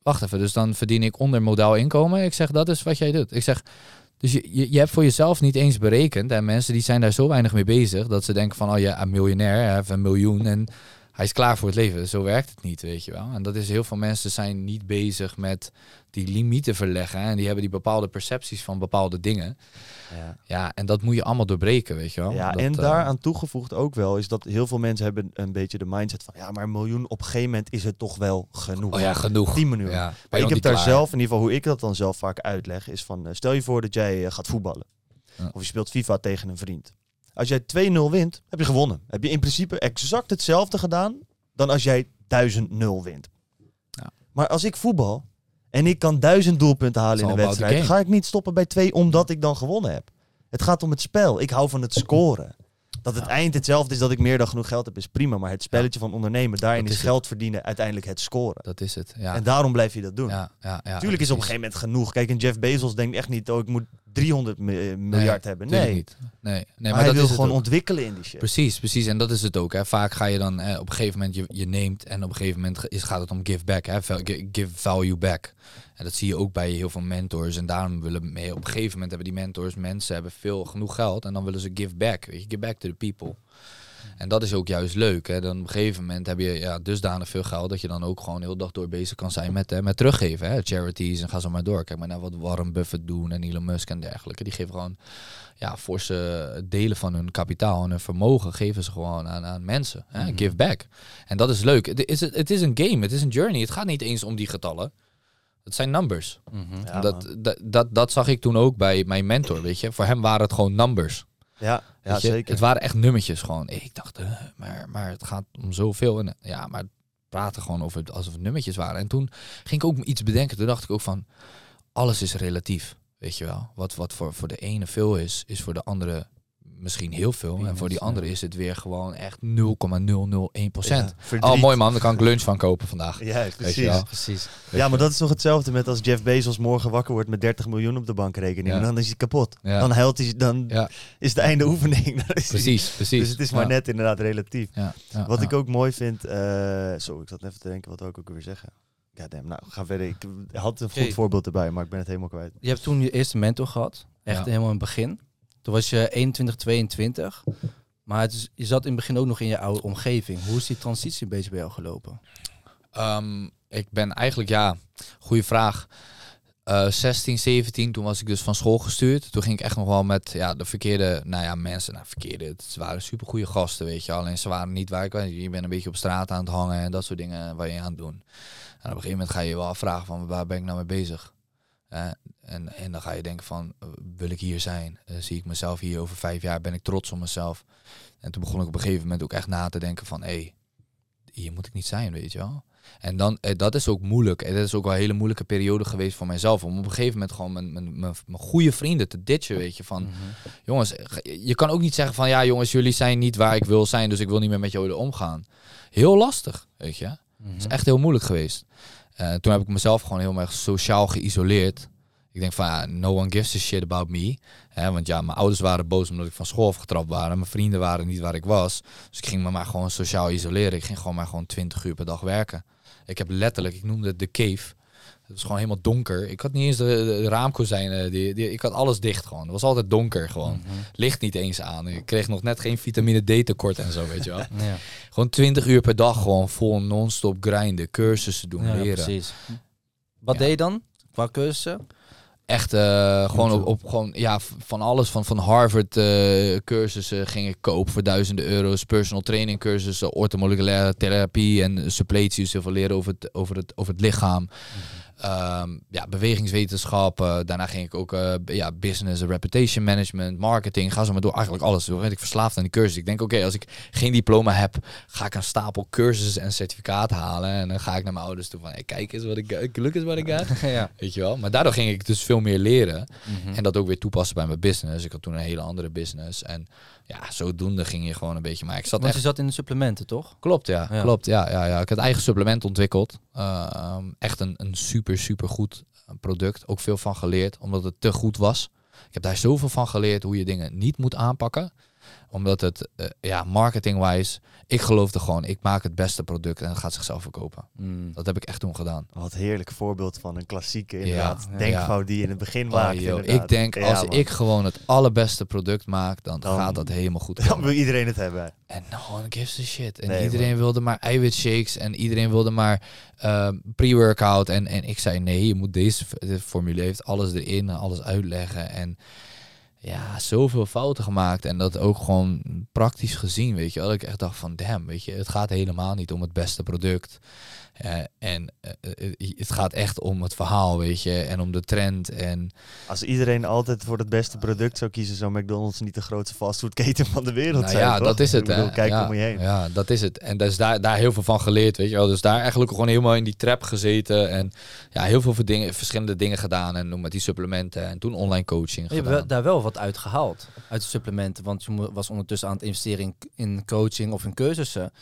wacht even, dus dan verdien ik onder modaal inkomen. Ik zeg, dat is wat jij doet. Ik zeg, dus je, je, je hebt voor jezelf niet eens berekend. En mensen die zijn daar zo weinig mee bezig, dat ze denken van, oh ja, een miljonair, hij heeft een miljoen en hij is klaar voor het leven. Zo werkt het niet, weet je wel. En dat is, heel veel mensen zijn niet bezig met die limieten verleggen. En die hebben die bepaalde percepties van bepaalde dingen. Ja, ja en dat moet je allemaal doorbreken, weet je wel. Ja, dat, en uh, daaraan toegevoegd ook wel is dat heel veel mensen hebben een beetje de mindset van, ja, maar een miljoen op een gegeven moment is het toch wel genoeg. Oh ja, genoeg. Op die manier. Ja, maar ik heb daar klaar. zelf, in ieder geval hoe ik dat dan zelf vaak uitleg, is van, uh, stel je voor dat jij uh, gaat voetballen. Ja. Of je speelt FIFA tegen een vriend. Als jij twee nul wint, heb je gewonnen. Heb je in principe exact hetzelfde gedaan dan als jij duizend nul wint. Ja. Maar als ik voetbal en ik kan duizend doelpunten halen in een wedstrijd, ga ik niet stoppen bij twee omdat ik dan gewonnen heb. Het gaat om het spel. Ik hou van het scoren. Dat het ja. eind hetzelfde is, dat ik meer dan genoeg geld heb, is prima. Maar het spelletje ja. van ondernemen, daarin is, is geld verdienen uiteindelijk het scoren. Dat is het, ja. En daarom blijf je dat doen. Ja, ja, ja, Tuurlijk is op een gegeven moment genoeg. Kijk, een Jeff Bezos denkt echt niet, oh, ik moet driehonderd miljard hebben. Nee, niet. nee. nee maar, maar hij dat wil is gewoon het ontwikkelen in die shit. Precies, precies. En dat is het ook. Hè. Vaak ga je dan eh, op een gegeven moment, je, je neemt en op een gegeven moment is, gaat het om give back. Hè. Give value back. En dat zie je ook bij heel veel mentors. En daarom willen mee, op een gegeven moment hebben die mentors, mensen hebben veel genoeg geld en dan willen ze give back. Weet je, give back to the people. En dat is ook juist leuk. Hè? Dan op een gegeven moment heb je ja, dusdanig veel geld dat je dan ook gewoon heel dag door bezig kan zijn met, hè, met teruggeven. Hè? Charities en ga zo maar door. Kijk maar naar wat Warren Buffett doen en Elon Musk en dergelijke. Die geven gewoon ja, forse delen van hun kapitaal en hun vermogen geven ze gewoon aan, aan mensen. Hè? Mm-hmm. Give back. En dat is leuk. Het is, het is een game, het is een journey. Het gaat niet eens om die getallen. Het zijn numbers. Mm-hmm. Ja, dat, dat, dat, dat zag ik toen ook bij mijn mentor, weet je. Voor hem waren het gewoon numbers. Ja, ja zeker. Het waren echt nummertjes gewoon. Ik dacht, uh, maar, maar het gaat om zoveel. En, ja, maar praten gewoon over alsof het nummertjes waren. En toen ging ik ook iets bedenken. Toen dacht ik ook van, alles is relatief. Weet je wel. Wat, wat voor, voor de ene veel is, is voor de andere misschien heel veel. En voor die andere is het weer gewoon echt nul komma nul nul één procent. Ja, oh, mooi man. Daar kan ik lunch van kopen vandaag. Ja, precies. precies. Ja, maar dat is toch hetzelfde met als Jeff Bezos morgen wakker wordt met dertig miljoen op de bankrekening. Ja. En dan is hij kapot. Ja. Dan huilt hij, dan ja. is het einde oefening. Precies, precies. Dus het is maar ja. net inderdaad relatief. Ja. Ja. Wat ja. ik ook mooi vind... Uh, zo, ik zat even te denken, wat wil ik ook weer zeggen? Ja, damn, nou, ga verder. Ik had een goed okay. voorbeeld erbij, maar ik ben het helemaal kwijt. Je hebt toen je eerste mentor gehad. Echt ja. helemaal in het begin. Toen was je eenentwintig, tweeëntwintig. Maar het is, je zat in het begin ook nog in je oude omgeving. Hoe is die transitie een beetje bij jou gelopen? Um, ik ben eigenlijk, ja, goede vraag. Uh, zestien, zeventien, toen was ik dus van school gestuurd. Toen ging ik echt nog wel met ja, de verkeerde, nou ja, mensen. Nou, verkeerde, het waren supergoeie gasten, weet je. Alleen ze waren niet waar ik was. Je bent een beetje op straat aan het hangen en dat soort dingen waar je aan het doen. En op een gegeven moment ga je je wel afvragen van, waar ben ik nou mee bezig? Uh, en, en dan ga je denken van, uh, wil ik hier zijn? Uh, zie ik mezelf hier over vijf jaar? Ben ik trots op mezelf? En toen begon ik op een gegeven moment ook echt na te denken van, hé, hey, hier moet ik niet zijn, weet je wel? En dan, uh, dat is ook moeilijk. En dat is ook wel een hele moeilijke periode geweest voor mijzelf. Om op een gegeven moment gewoon mijn, mijn, mijn, mijn goede vrienden te ditchen, weet je. Van, mm-hmm. jongens, je kan ook niet zeggen van, ja jongens, jullie zijn niet waar ik wil zijn, dus ik wil niet meer met jullie omgaan. Heel lastig, weet je. Mm-hmm. Het is echt heel moeilijk geweest. Uh, toen heb ik mezelf gewoon heel erg sociaal geïsoleerd. Ik denk van, ja, no one gives a shit about me. He, want ja, mijn ouders waren boos omdat ik van school afgetrapt was. Mijn vrienden waren niet waar ik was. Dus ik ging me maar gewoon sociaal isoleren. Ik ging gewoon maar gewoon twintig uur per dag werken. Ik heb letterlijk, ik noemde het de cave. Het was gewoon helemaal donker. Ik had niet eens de, de, de raamkozijnen. Die, die, ik had alles dicht gewoon. Het was altijd donker gewoon. Mm-hmm. Licht niet eens aan. Ik kreeg nog net geen vitamine D tekort en zo, weet je wel. Ja. Gewoon twintig uur per dag gewoon vol non-stop grinden. Cursussen doen, ja, leren. Precies. Wat ja. deed je dan qua cursussen? Echt uh, gewoon op, op gewoon ja van alles van van Harvard uh, cursussen ging ik kopen voor duizenden euro's, personal training cursussen, orthomoleculaire therapie en suppleties, heel veel leren over het over het over het lichaam. Mm-hmm. Um, ja, bewegingswetenschap. Uh, daarna ging ik ook uh, ja, business, reputation management, marketing. Ga zo maar door. Eigenlijk alles. Toen werd ik verslaafd aan die cursus. Ik denk, oké, okay, als ik geen diploma heb, ga ik een stapel cursussen en certificaten halen. En dan ga ik naar mijn ouders toe van, hey, kijk eens wat ik, look eens wat ik heb. Ja. Weet je wel. Maar daardoor ging ik dus veel meer leren. Mm-hmm. En dat ook weer toepassen bij mijn business. Ik had toen een hele andere business. En ja, zodoende ging je gewoon een beetje. Maar ik zat Want echt... je zat in de supplementen, toch? Klopt, ja. ja. Klopt, ja, ja, ja. Ik had eigen supplement ontwikkeld. Uh, um, echt een, een super, super goed product. Ook veel van geleerd, omdat het te goed was. Ik heb daar zoveel van geleerd hoe je dingen niet moet aanpakken. Omdat het, uh, ja, marketing-wise, ik geloofde gewoon, ik maak het beste product en het gaat zichzelf verkopen. Mm. Dat heb ik echt toen gedaan. Wat een heerlijk voorbeeld van een klassieke inderdaad. Ja, denkfout ja. die je in het begin oh, maakt. Yo, ik denk, ja, als man. ik gewoon het allerbeste product maak, dan, dan gaat dat helemaal goed komen. Dan wil iedereen het hebben. En no one gives a shit. En nee, iedereen man. wilde maar eiwitshakes en iedereen wilde maar uh, pre-workout. En, en ik zei, nee, je moet deze de formule heeft alles erin, alles uitleggen. En ja, zoveel fouten gemaakt. En dat ook gewoon praktisch gezien, weet je wel. Dat ik echt dacht van, damn, weet je, het gaat helemaal niet om het beste product. Uh, en uh, uh, het gaat echt om het verhaal, weet je, en om de trend. En als iedereen altijd voor het beste product zou kiezen, zou McDonald's niet de grootste fastfoodketen van de wereld nou zijn. Ja, toch? dat is het. Ik bedoel, hè? kijk ja, om je heen. Ja, dat is het. En dus daar, daar heel veel van geleerd, weet je wel. Dus daar eigenlijk gewoon helemaal in die trap gezeten. En ja, heel veel dingen, verschillende dingen gedaan. En met die supplementen en toen online coaching je gedaan. hebt daar wel wat uit gehaald, uit de supplementen. Want je was ondertussen aan het investeren in, in coaching of in cursussen.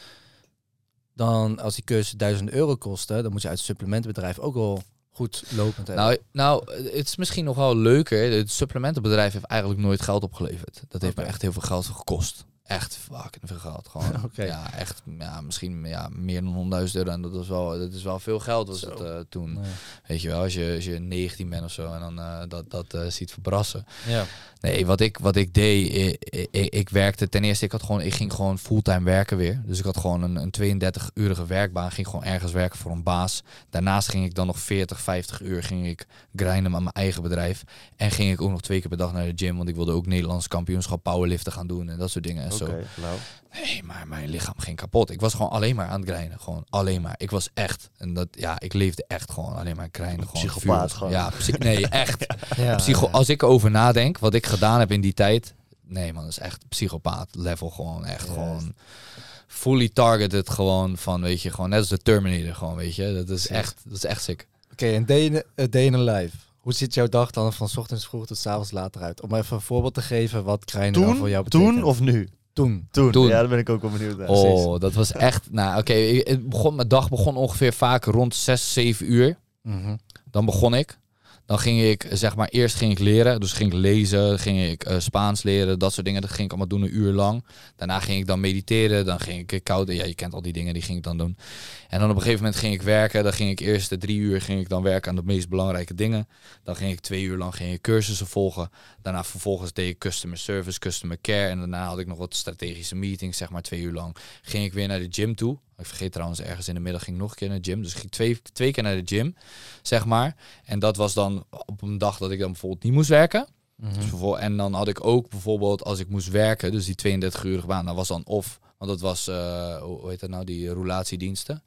Dan als die cursus duizend euro kosten, dan moet je uit het supplementenbedrijf ook wel goed lopend hebben. Nou, nou, het is misschien nog wel leuker. Het supplementenbedrijf heeft eigenlijk nooit geld opgeleverd. Dat heeft okay. me echt heel veel geld gekost. Echt fucking veel geld. Gewoon. Okay. Ja, echt. Ja, misschien ja, meer dan honderdduizend euro. En dat is wel, dat is wel veel geld was het uh, toen. Nee. Weet je wel, als je, als je negentien bent of zo en dan uh, dat, dat uh, ziet verbrassen. Ja. Nee, wat ik, wat ik deed, ik, ik, ik werkte ten eerste, ik had gewoon, ik ging gewoon fulltime werken weer. Dus ik had gewoon een, een tweeëndertig-urige werkbaan, ging gewoon ergens werken voor een baas. Daarnaast ging ik dan nog veertig, vijftig uur ging ik grinden met mijn eigen bedrijf. En ging ik ook nog twee keer per dag naar de gym, want ik wilde ook Nederlands kampioenschap powerliften gaan doen en dat soort dingen en zo. Okay, nou. Nee, maar mijn lichaam ging kapot. Ik was gewoon alleen maar aan het grinden. Gewoon alleen maar. Ik was echt. En dat, ja, ik leefde echt gewoon alleen maar grinden. Gewoon psychopaat gewoon. Ja, psych- nee, echt. ja, Psycho- ja. Als ik erover nadenk, wat ik gedaan heb in die tijd. Nee man, dat is echt psychopaat level. Gewoon echt ja, gewoon fully targeted. Gewoon van, weet je, gewoon net als de Terminator. Gewoon, weet je. Dat is echt, dat is echt sick. Oké, okay, en day in, uh, day in a life. Hoe ziet jouw dag dan van 's ochtends vroeg tot 's avonds later uit? Om even een voorbeeld te geven wat grinden dan voor jou betekent. Toen of nu? Toen. Toen. Toen. Ja, daar ben ik ook wel benieuwd naar. Oh, Precies. dat was echt... Nou, oké. Okay, begon mijn dag begon ongeveer vaak rond zes, zeven uur. Mm-hmm. Dan begon ik. Dan ging ik, zeg maar, eerst ging ik leren. Dus ging ik lezen, ging ik uh, Spaans leren, dat soort dingen. Dat ging ik allemaal doen een uur lang. Daarna ging ik dan mediteren. Dan ging ik koud... Ja, je kent al die dingen, die ging ik dan doen. En dan op een gegeven moment ging ik werken. Dan ging ik eerst de drie uur ging ik dan werken aan de meest belangrijke dingen. Dan ging ik twee uur lang ging ik cursussen volgen. Daarna vervolgens deed ik customer service, customer care. En daarna had ik nog wat strategische meetings, zeg maar twee uur lang. Ging ik weer naar de gym toe. Ik vergeet trouwens, ergens in de middag ging ik nog een keer naar de gym. Dus ik ging twee, twee keer naar de gym, zeg maar. En dat was dan op een dag dat ik dan bijvoorbeeld niet moest werken. Mm-hmm. Dus en dan had ik ook bijvoorbeeld, als ik moest werken, dus die tweeëndertig-urige baan, dat was dan of, want dat was, uh, hoe heet dat nou, die roulatiediensten.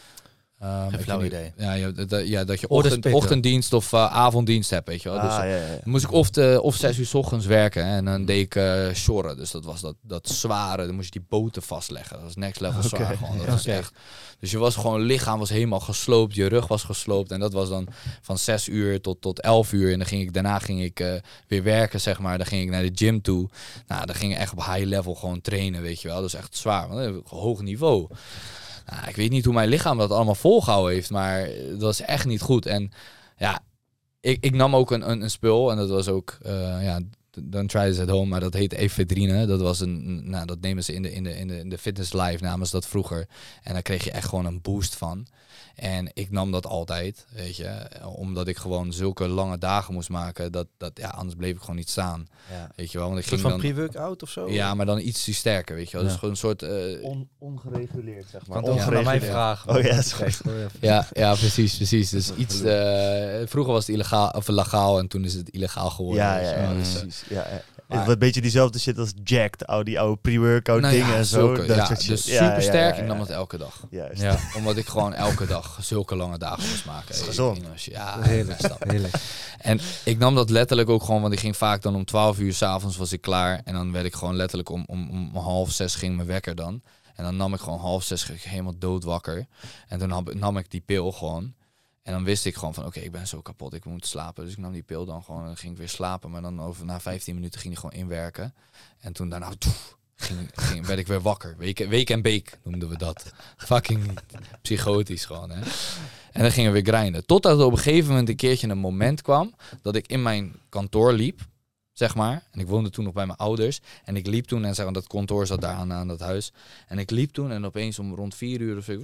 Um, Geen flauw idee. Ja, ja, dat, ja, dat je ochtend, ochtenddienst of uh, avonddienst hebt, weet je wel. Ah, dus ja, ja, ja. dan moest ik of, de, of zes uur 's ochtends werken en dan deed ik uh, sjorren. Dus dat was dat, dat zware, dan moest je die boten vastleggen. Dat was next level okay. zwaar gewoon. Dat ja, was okay. echt. Dus je was gewoon, lichaam was helemaal gesloopt, je rug was gesloopt. En dat was dan van zes uur tot, tot elf uur. En dan ging ik, daarna ging ik uh, weer werken, zeg maar. Dan ging ik naar de gym toe. Nou, dan ging ik echt op high level gewoon trainen, weet je wel. Dat is echt zwaar, want hoog niveau. Nou, ik weet niet hoe mijn lichaam dat allemaal volgehouden heeft, maar dat was echt niet goed. En ja, ik, ik nam ook een, een, een spul en dat was ook, uh, ja, don't try this at home, maar dat heette efedrine. Dat was een, nou, dat nemen ze in de, in de, in de, in de fitness live, namen ze dat vroeger. En daar kreeg je echt gewoon een boost van. En ik nam dat altijd, weet je, omdat ik gewoon zulke lange dagen moest maken, dat, dat ja, anders bleef ik gewoon niet staan. Ja. Weet je wel, want ik ging van dan pre-workout of zo? Ja, maar dan iets sterker, weet je wel. Ja. Dus gewoon een soort uh, On, ongereguleerd, zeg maar. Kan toch naar mij vragen? Oh ja, is goed. Ja, ja, precies, precies. Dus iets. Uh, vroeger was het illegaal of legaal en toen is het illegaal geworden. Ja, ja, ja, dus, precies. Ja, ja. Maar, een beetje diezelfde shit als Jacked, oude, die oude pre-workout nou dingen ja, en zo. Zulke, dat ja, soort dus shit. super sterk. Ja, ja, ja, ja. Ik nam het elke dag. Juist. Ja, omdat ik gewoon elke dag zulke lange dagen moest maken. Dat is gezond. Ja, heerlijk. heerlijk. En ik nam dat letterlijk ook gewoon, want ik ging vaak dan om twaalf uur 's avonds was ik klaar. En dan werd ik gewoon letterlijk om, om, om half zes ging mijn wekker dan. En dan nam ik gewoon half zes helemaal doodwakker. En toen nam, nam ik die pil gewoon. En dan wist ik gewoon van, oké, okay, ik ben zo kapot, ik moet slapen. Dus ik nam die pil dan gewoon en ging ik weer slapen. Maar dan over na vijftien minuten ging die gewoon inwerken. En toen daarna toef, ging, ging, werd ik weer wakker. Week, week en beek noemden we dat. Fucking psychotisch gewoon, hè. En dan gingen we weer grinden. Totdat er op een gegeven moment een keertje een moment kwam dat ik in mijn kantoor liep. zeg maar. En ik woonde toen nog bij mijn ouders. En ik liep toen, en zeg, dat kantoor zat daar aan, aan dat huis. En ik liep toen en opeens om rond vier uur of zo.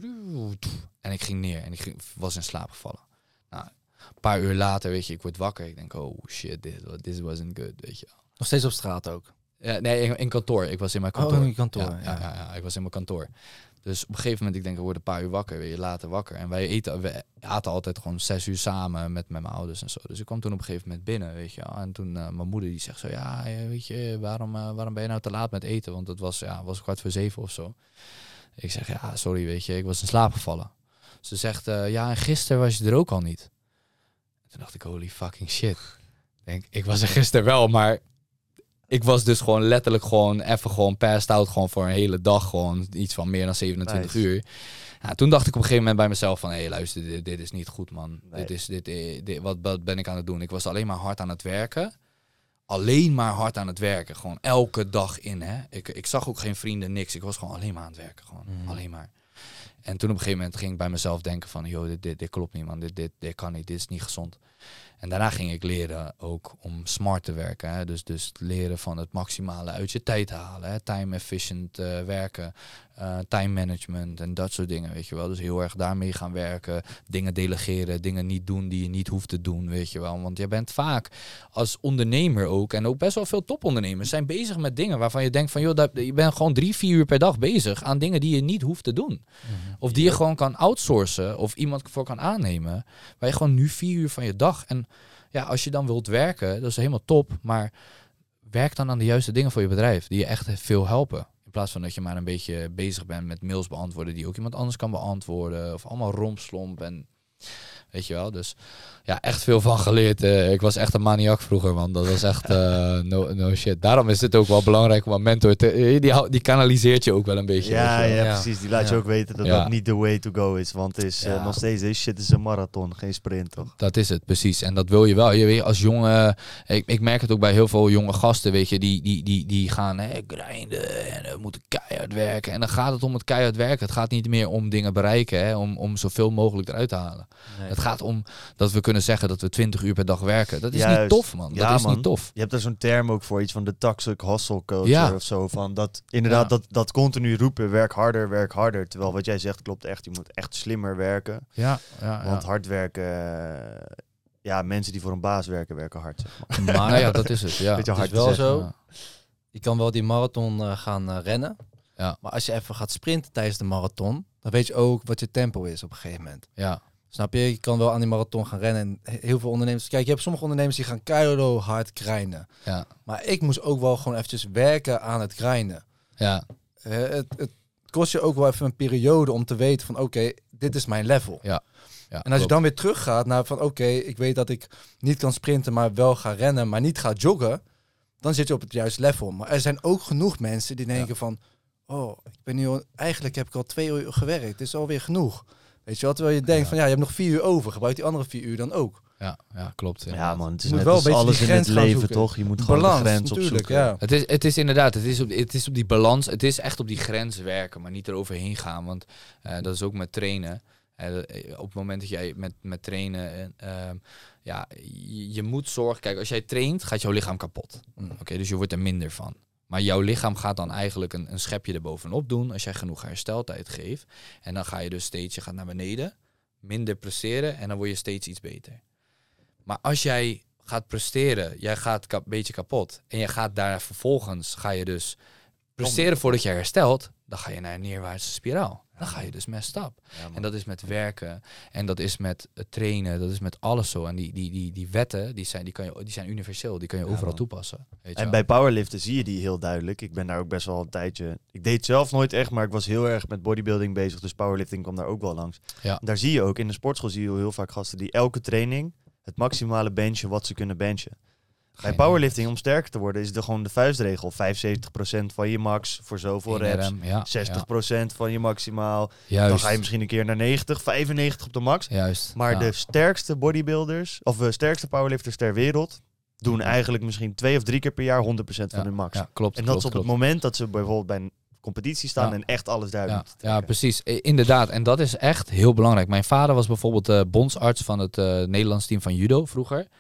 En ik ging neer en ik ging, was in slaap gevallen. Nou, een paar uur later, weet je, ik word wakker. Ik denk, oh shit, this, this wasn't good, weet je. Nog steeds op straat ook? Ja, nee, in, in kantoor. Ik was in mijn kantoor. Oh, in kantoor, ja, ja. Ja, ja, ja, ik was in mijn kantoor. Dus op een gegeven moment, ik denk, ik word een paar uur wakker, weer later wakker. En wij eten, we aten altijd gewoon zes uur samen met, met mijn ouders en zo. Dus ik kwam toen op een gegeven moment binnen, weet je. En toen uh, mijn moeder die zegt zo, ja, weet je, waarom, uh, waarom ben je nou te laat met eten? Want het was, ja, was kwart voor zeven of zo. Ik zeg, ja, sorry, weet je, ik was in slaap gevallen. Ze zegt, uh, ja, en gisteren was je er ook al niet. En toen dacht ik, holy fucking shit. Ik denk, ik was er gisteren wel, maar ik was dus gewoon letterlijk gewoon even gewoon passed out gewoon voor een hele dag. Gewoon iets van meer dan zevenentwintig nice. uur. Ja, toen dacht ik op een gegeven moment bij mezelf van, hé, hey, luister, dit, dit is niet goed, man. Nee. Dit is, dit, dit, dit, wat, wat ben ik aan het doen? Ik was alleen maar hard aan het werken. Alleen maar hard aan het werken. Gewoon elke dag in, hè. Ik, ik zag ook geen vrienden, niks. Ik was gewoon alleen maar aan het werken. Gewoon Mm. alleen maar. En toen op een gegeven moment ging ik bij mezelf denken van, joh, dit, dit, dit klopt niet, man. Dit, dit, dit kan niet, dit is niet gezond. En daarna ging ik leren ook om smart te werken. Hè? Dus, dus leren van het maximale uit je tijd halen. Hè? Time efficient uh, werken. Uh, time management en dat soort dingen, weet je wel. Dus heel erg daarmee gaan werken. Dingen delegeren, dingen niet doen die je niet hoeft te doen, weet je wel. Want je bent vaak als ondernemer ook, en ook best wel veel topondernemers, zijn bezig met dingen waarvan je denkt van, joh, dat, je bent gewoon drie, vier uur per dag bezig aan dingen die je niet hoeft te doen. Mm-hmm. Of die je gewoon kan outsourcen of iemand voor kan aannemen. Waar je gewoon nu vier uur van je dag. En ja, als je dan wilt werken, dat is helemaal top. Maar werk dan aan de juiste dingen voor je bedrijf. Die je echt veel helpen. In plaats van dat je maar een beetje bezig bent met mails beantwoorden die ook iemand anders kan beantwoorden. Of allemaal rompslomp en weet je wel. Dus ja, echt veel van geleerd. Uh, ik was echt een maniak vroeger, man. Dat was echt uh, no, no shit. Daarom is het ook wel belangrijk om een mentor te... Die, die kanaliseert je ook wel een beetje. Ja, weet je wel. ja, Ja. precies. Die laat je Ja. ook weten dat Ja. dat niet de way to go is. Want het is uh, Ja. nog steeds, deze shit is een marathon, geen sprint, toch? Dat is het, precies. En dat wil je wel. Je weet, als jonge... Ik, ik merk het ook bij heel veel jonge gasten, weet je. Die, die, die, die gaan hè, grinden en uh, moeten keihard werken. En dan gaat het om het keihard werken. Het gaat niet meer om dingen bereiken, hè. Om, om zoveel mogelijk eruit te halen. Nee. Het gaat om dat we kunnen zeggen dat we twintig uur per dag werken. Dat is Juist. niet tof, man. Dat Ja, is man. niet tof. Je hebt er zo'n term ook voor, iets van de toxic hustle culture Ja. of zo. Van dat, inderdaad, Ja. dat, dat continu roepen, werk harder, werk harder. Terwijl wat jij zegt klopt echt. Je moet echt slimmer werken. Ja, ja, Want ja. hard werken, uh, ja, mensen die voor een baas werken, werken hard, zeg maar. Maar Nou ja, dat is het. Ja. Beetje het hard is wel te zeggen. zo. Ja. Je kan wel die marathon uh, gaan uh, rennen. Ja. Maar als je even gaat sprinten tijdens de marathon, dan weet je ook wat je tempo is op een gegeven moment. Ja. Snap je? Je kan wel aan die marathon gaan rennen. En he- heel veel ondernemers... Kijk, je hebt sommige ondernemers die gaan keihard hard grinden. Ja. Maar ik moest ook wel gewoon eventjes werken aan het grinden. Ja. Uh, het, het kost je ook wel even een periode om te weten van... Oké, okay, dit is mijn level. Ja. Ja, En als je klopt. dan weer teruggaat naar van... Oké, okay, ik weet dat ik niet kan sprinten, maar wel ga rennen, maar niet ga joggen. Dan zit je op het juiste level. Maar er zijn ook genoeg mensen die denken Ja. van... Oh, ik ben nu al, eigenlijk heb ik al twee uur gewerkt. Het is alweer genoeg. Weet je wat? Terwijl je denkt Ja. van ja, je hebt nog vier uur over. Gebruik die andere vier uur dan ook. Ja, ja, klopt. Ja, inderdaad. man, het is Je moet net wel als een beetje alles die in het grens gaan leven, zoeken. toch? Je moet gewoon Balans, de grens natuurlijk, opzoeken. ja. Het is, het is inderdaad, het is, op, het is op die balans, het is echt op die grens werken, maar niet eroverheen gaan. Want uh, dat is ook met trainen. Uh, op het moment dat jij met, met trainen, uh, ja, je, je moet zorgen, kijk, als jij traint, gaat jouw lichaam kapot. Mm. Oké, okay, dus je wordt er minder van. Maar jouw lichaam gaat dan eigenlijk een, een schepje erbovenop doen als jij genoeg hersteltijd geeft. En dan ga je dus steeds, je gaat naar beneden, minder presteren en dan word je steeds iets beter. Maar als jij gaat presteren, jij gaat een beetje kapot en je gaat daar vervolgens, ga je dus presteren voordat je herstelt, dan ga je naar een neerwaartse spiraal. Dan ga je dus messed up. Ja, En dat is met werken en dat is met het trainen, dat is met alles zo. En die, die, die, die wetten, die zijn, die, kan je, die zijn universeel, die kan je Ja, overal man. toepassen. Weet je En wel. bij powerliften zie je die heel duidelijk. Ik ben daar ook best wel een tijdje... Ik deed het zelf nooit echt, maar ik was heel erg met bodybuilding bezig. Dus powerlifting kwam daar ook wel langs. Ja. Daar zie je ook, in de sportschool zie je heel vaak gasten die elke training het maximale benchen wat ze kunnen benchen. Bij powerlifting, om sterker te worden, is er gewoon de vuistregel. vijfenzeventig procent van je max voor zoveel één reps. R M, ja, zestig procent van je maximaal. ja. Juist. Dan ga je misschien een keer naar negentig, vijfennegentig op de max. Juist. Maar ja. de sterkste bodybuilders, of de sterkste powerlifters ter wereld, doen eigenlijk misschien twee of drie keer per jaar honderd procent van ja, hun max. Ja, klopt. en dat klopt, is op klopt. het moment dat ze bijvoorbeeld bij een competitie staan Ja. en echt alles daar Ja, moeten ja, trekken. precies. I- inderdaad. En dat is echt heel belangrijk. Mijn vader was bijvoorbeeld uh, bondsarts van het uh, Nederlands team van judo vroeger.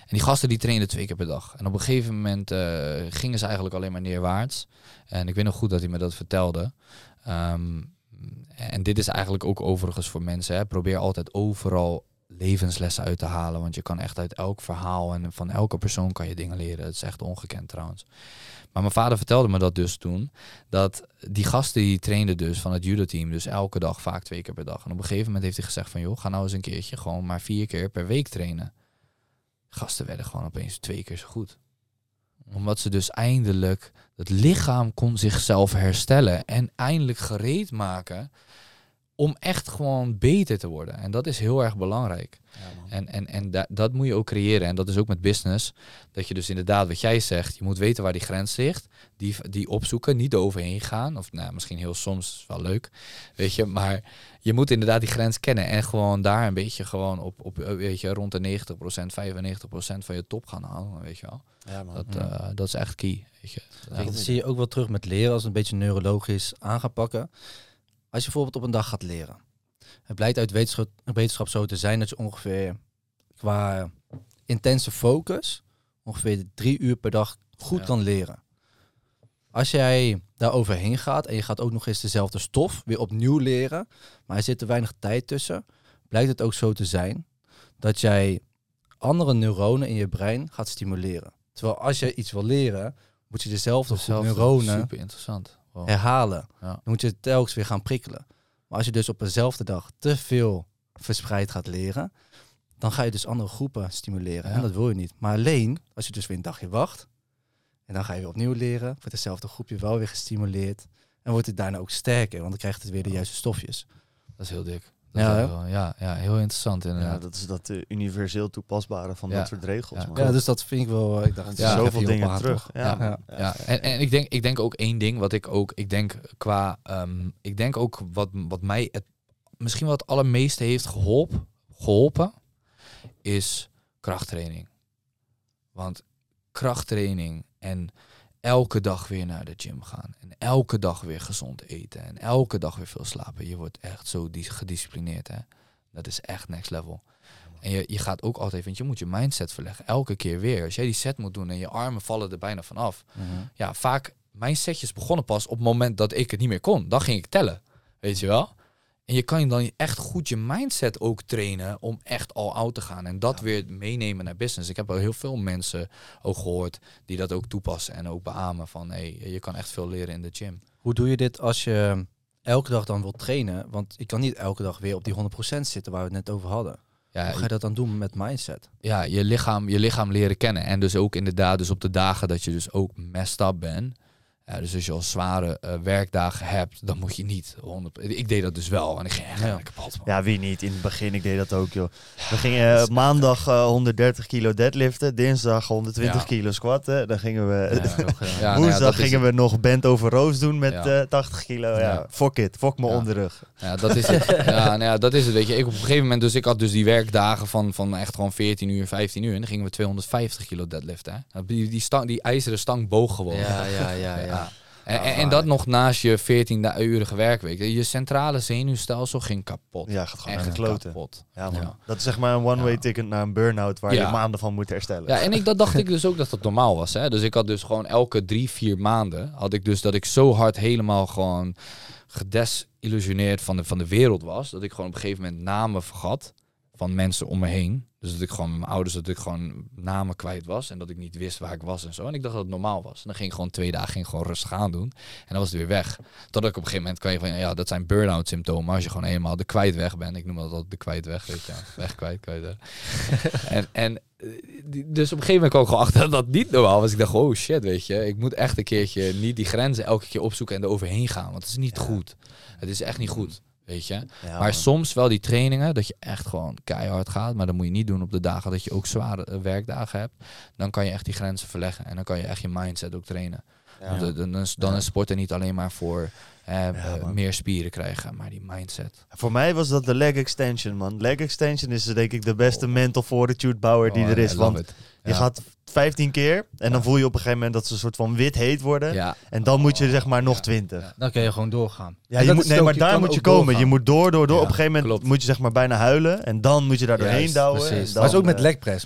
En die gasten die trainden twee keer per dag. En op een gegeven moment uh, gingen ze eigenlijk alleen maar neerwaarts. En ik weet nog goed dat hij me dat vertelde. Um, en dit is eigenlijk ook overigens voor mensen. Hè. Probeer altijd overal levenslessen uit te halen. Want je kan echt uit elk verhaal en van elke persoon kan je dingen leren. Het is echt ongekend trouwens. Maar mijn vader vertelde me dat dus toen. Dat die gasten die trainden dus van het judo-team. Dus elke dag, vaak twee keer per dag. En op een gegeven moment heeft hij gezegd van... joh, ga nou eens een keertje gewoon maar vier keer per week trainen. Gasten werden gewoon opeens twee keer zo goed. Omdat ze dus eindelijk... het lichaam kon zichzelf herstellen. En eindelijk gereed maken... om echt gewoon beter te worden. En dat is heel erg belangrijk. Ja, en en, en da- dat moet je ook creëren. En dat is ook met business. Dat je dus inderdaad, wat jij zegt... je moet weten waar die grens ligt. Die, die opzoeken, niet overheen gaan. Of nou, misschien heel soms, is wel leuk. Weet je, maar je moet inderdaad die grens kennen. En gewoon daar een beetje gewoon op, op weet je, rond de negentig procent, vijfennegentig procent van je top gaan halen. Weet je wel. Ja, man. Dat, uh, dat is echt key. Weet je. Kijk, dat zie je ook wel terug met leren. Als we een beetje neurologisch aan gaan pakken... Als je bijvoorbeeld op een dag gaat leren. Het blijkt uit wetenschap, wetenschap zo te zijn dat je ongeveer qua intense focus ongeveer drie uur per dag goed ja. kan leren. Als jij daar overheen gaat en je gaat ook nog eens dezelfde stof weer opnieuw leren, maar er zit te weinig tijd tussen, blijkt het ook zo te zijn dat jij andere neuronen in je brein gaat stimuleren. Terwijl als je iets wil leren, moet je dezelfde, dezelfde groep neuronen super interessant. Wow. herhalen. Ja. Dan moet je telkens weer gaan prikkelen. Maar als je dus op dezelfde dag te veel verspreid gaat leren, dan ga je dus andere groepen stimuleren. Ja. En dat wil je niet. Maar alleen, als je dus weer een dagje wacht, en dan ga je weer opnieuw leren, wordt hetzelfde groepje wel weer gestimuleerd. En wordt het daarna ook sterker, want dan krijgt het weer de juiste stofjes. Dat is heel dik. Dat ja, is wel, ja, ja, heel interessant inderdaad. Ja, dat is dat uh, universeel toepasbare van ja. dat soort regels. Ja, man. ja, dus dat vind ik wel... Ik dacht, ja, zoveel dingen terug. Ja, ja. ja. ja. En, en ik denk, ik denk ook één ding wat ik ook... Ik denk qua... Um, ik denk ook wat, wat mij het, misschien wel het allermeeste heeft geholpen, geholpen... is krachttraining. Want krachttraining en elke dag weer naar de gym gaan. En elke dag weer gezond eten. En elke dag weer veel slapen. Je wordt echt zo gedisciplineerd. Hè? Dat is echt next level. En je, je gaat ook altijd, want je moet je mindset verleggen. Elke keer weer. Als jij die set moet doen en je armen vallen er bijna vanaf. Mm-hmm. Ja, vaak, mijn setjes begonnen pas op het moment dat ik het niet meer kon. Dan ging ik tellen. Weet je wel? En je kan je dan echt goed je mindset ook trainen om echt all out te gaan. En dat ja. weer meenemen naar business. Ik heb al heel veel mensen ook gehoord die dat ook toepassen en ook beamen van hey, je kan echt veel leren in de gym. Hoe doe je dit als je elke dag dan wilt trainen? Want je kan niet elke dag weer op die honderd procent zitten waar we het net over hadden. Ja, Hoe ga je dat dan doen met mindset? Ja, je lichaam, je lichaam leren kennen. En dus ook inderdaad dus op de dagen dat je dus ook messed up bent. Ja, dus als je al zware uh, werkdagen hebt, dan moet je niet honderd... Ik deed dat dus wel en ik ging echt ja. kapot. Man. Ja, wie niet? In het begin, ik deed dat ook, joh. We gingen uh, maandag uh, honderddertig kilo deadliften, dinsdag honderdtwintig ja. kilo squatten. Dan gingen we... Ja, ja, woensdag nou ja, gingen we nog bent over roos doen met ja. uh, tachtig kilo. Ja, ja. Fuck it, fuck mijn ja. onderrug. Ja, dat is het. ja, nou ja, dat is het, weet je. Ik op een gegeven moment, dus ik had dus die werkdagen van, van echt gewoon veertien uur, vijftien uur. En dan gingen we tweehonderdvijftig kilo deadliften. Hè. Die, die, stang, die ijzeren stang boog gewoon. Ja, ja, ja, ja. ja. En, en, en dat nog naast je veertien-urige werkweek. Je centrale zenuwstelsel ging kapot. Ja, gaat gewoon echt kloten. Kapot. Ja, man. Ja. Dat is zeg maar een one-way ja. ticket naar een burn-out waar ja. je maanden van moet herstellen. Ja, en ik, dat dacht ik dus ook dat dat normaal was. Hè? Dus ik had dus gewoon elke drie, vier maanden... had ik dus dat ik zo hard helemaal gewoon gedesillusioneerd van de, van de wereld was... dat ik gewoon op een gegeven moment namen vergat van mensen om me heen. Dus dat ik gewoon met mijn ouders, dat ik gewoon namen kwijt was. En dat ik niet wist waar ik was en zo. En ik dacht dat het normaal was. En dan ging ik gewoon twee dagen ging gewoon rustig aan doen. En dan was het weer weg. Totdat ik op een gegeven moment kwam van, ja, dat zijn burn-out symptomen. Als je gewoon helemaal de kwijt weg bent. Ik noem dat altijd de kwijt weg, weet je. Weg, kwijt, kwijt weg. en, en dus op een gegeven moment kwam ik gewoon achter dat dat niet normaal was. Ik dacht, oh shit, weet je. Ik moet echt een keertje niet die grenzen elke keer opzoeken en er overheen gaan. Want het is niet ja. goed. Het is echt niet goed. Weet je, ja, maar man. soms wel die trainingen dat je echt gewoon keihard gaat, maar dat moet je niet doen op de dagen dat je ook zware uh, werkdagen hebt. Dan kan je echt die grenzen verleggen en dan kan je echt je mindset ook trainen. Ja. Want, dan is, dan ja. is sporten niet alleen maar voor uh, ja, uh, meer spieren krijgen, maar die mindset. Voor mij was dat de leg extension, man. Leg extension is denk ik de beste oh. mental fortitude bouwer die oh, er is, want it. je ja. gaat vijftien keer en ja. dan voel je op een gegeven moment dat ze een soort van wit heet worden. Ja. En dan oh, moet je zeg maar nog twintig. Ja. Dan kun je gewoon doorgaan. Ja, je moet, nee, maar daar moet je komen. Doorgaan. Je moet door, door, door. Ja, op een gegeven moment klopt. moet je zeg maar bijna huilen en dan moet je daar doorheen douwen. En dan, maar is ook met legpress, man.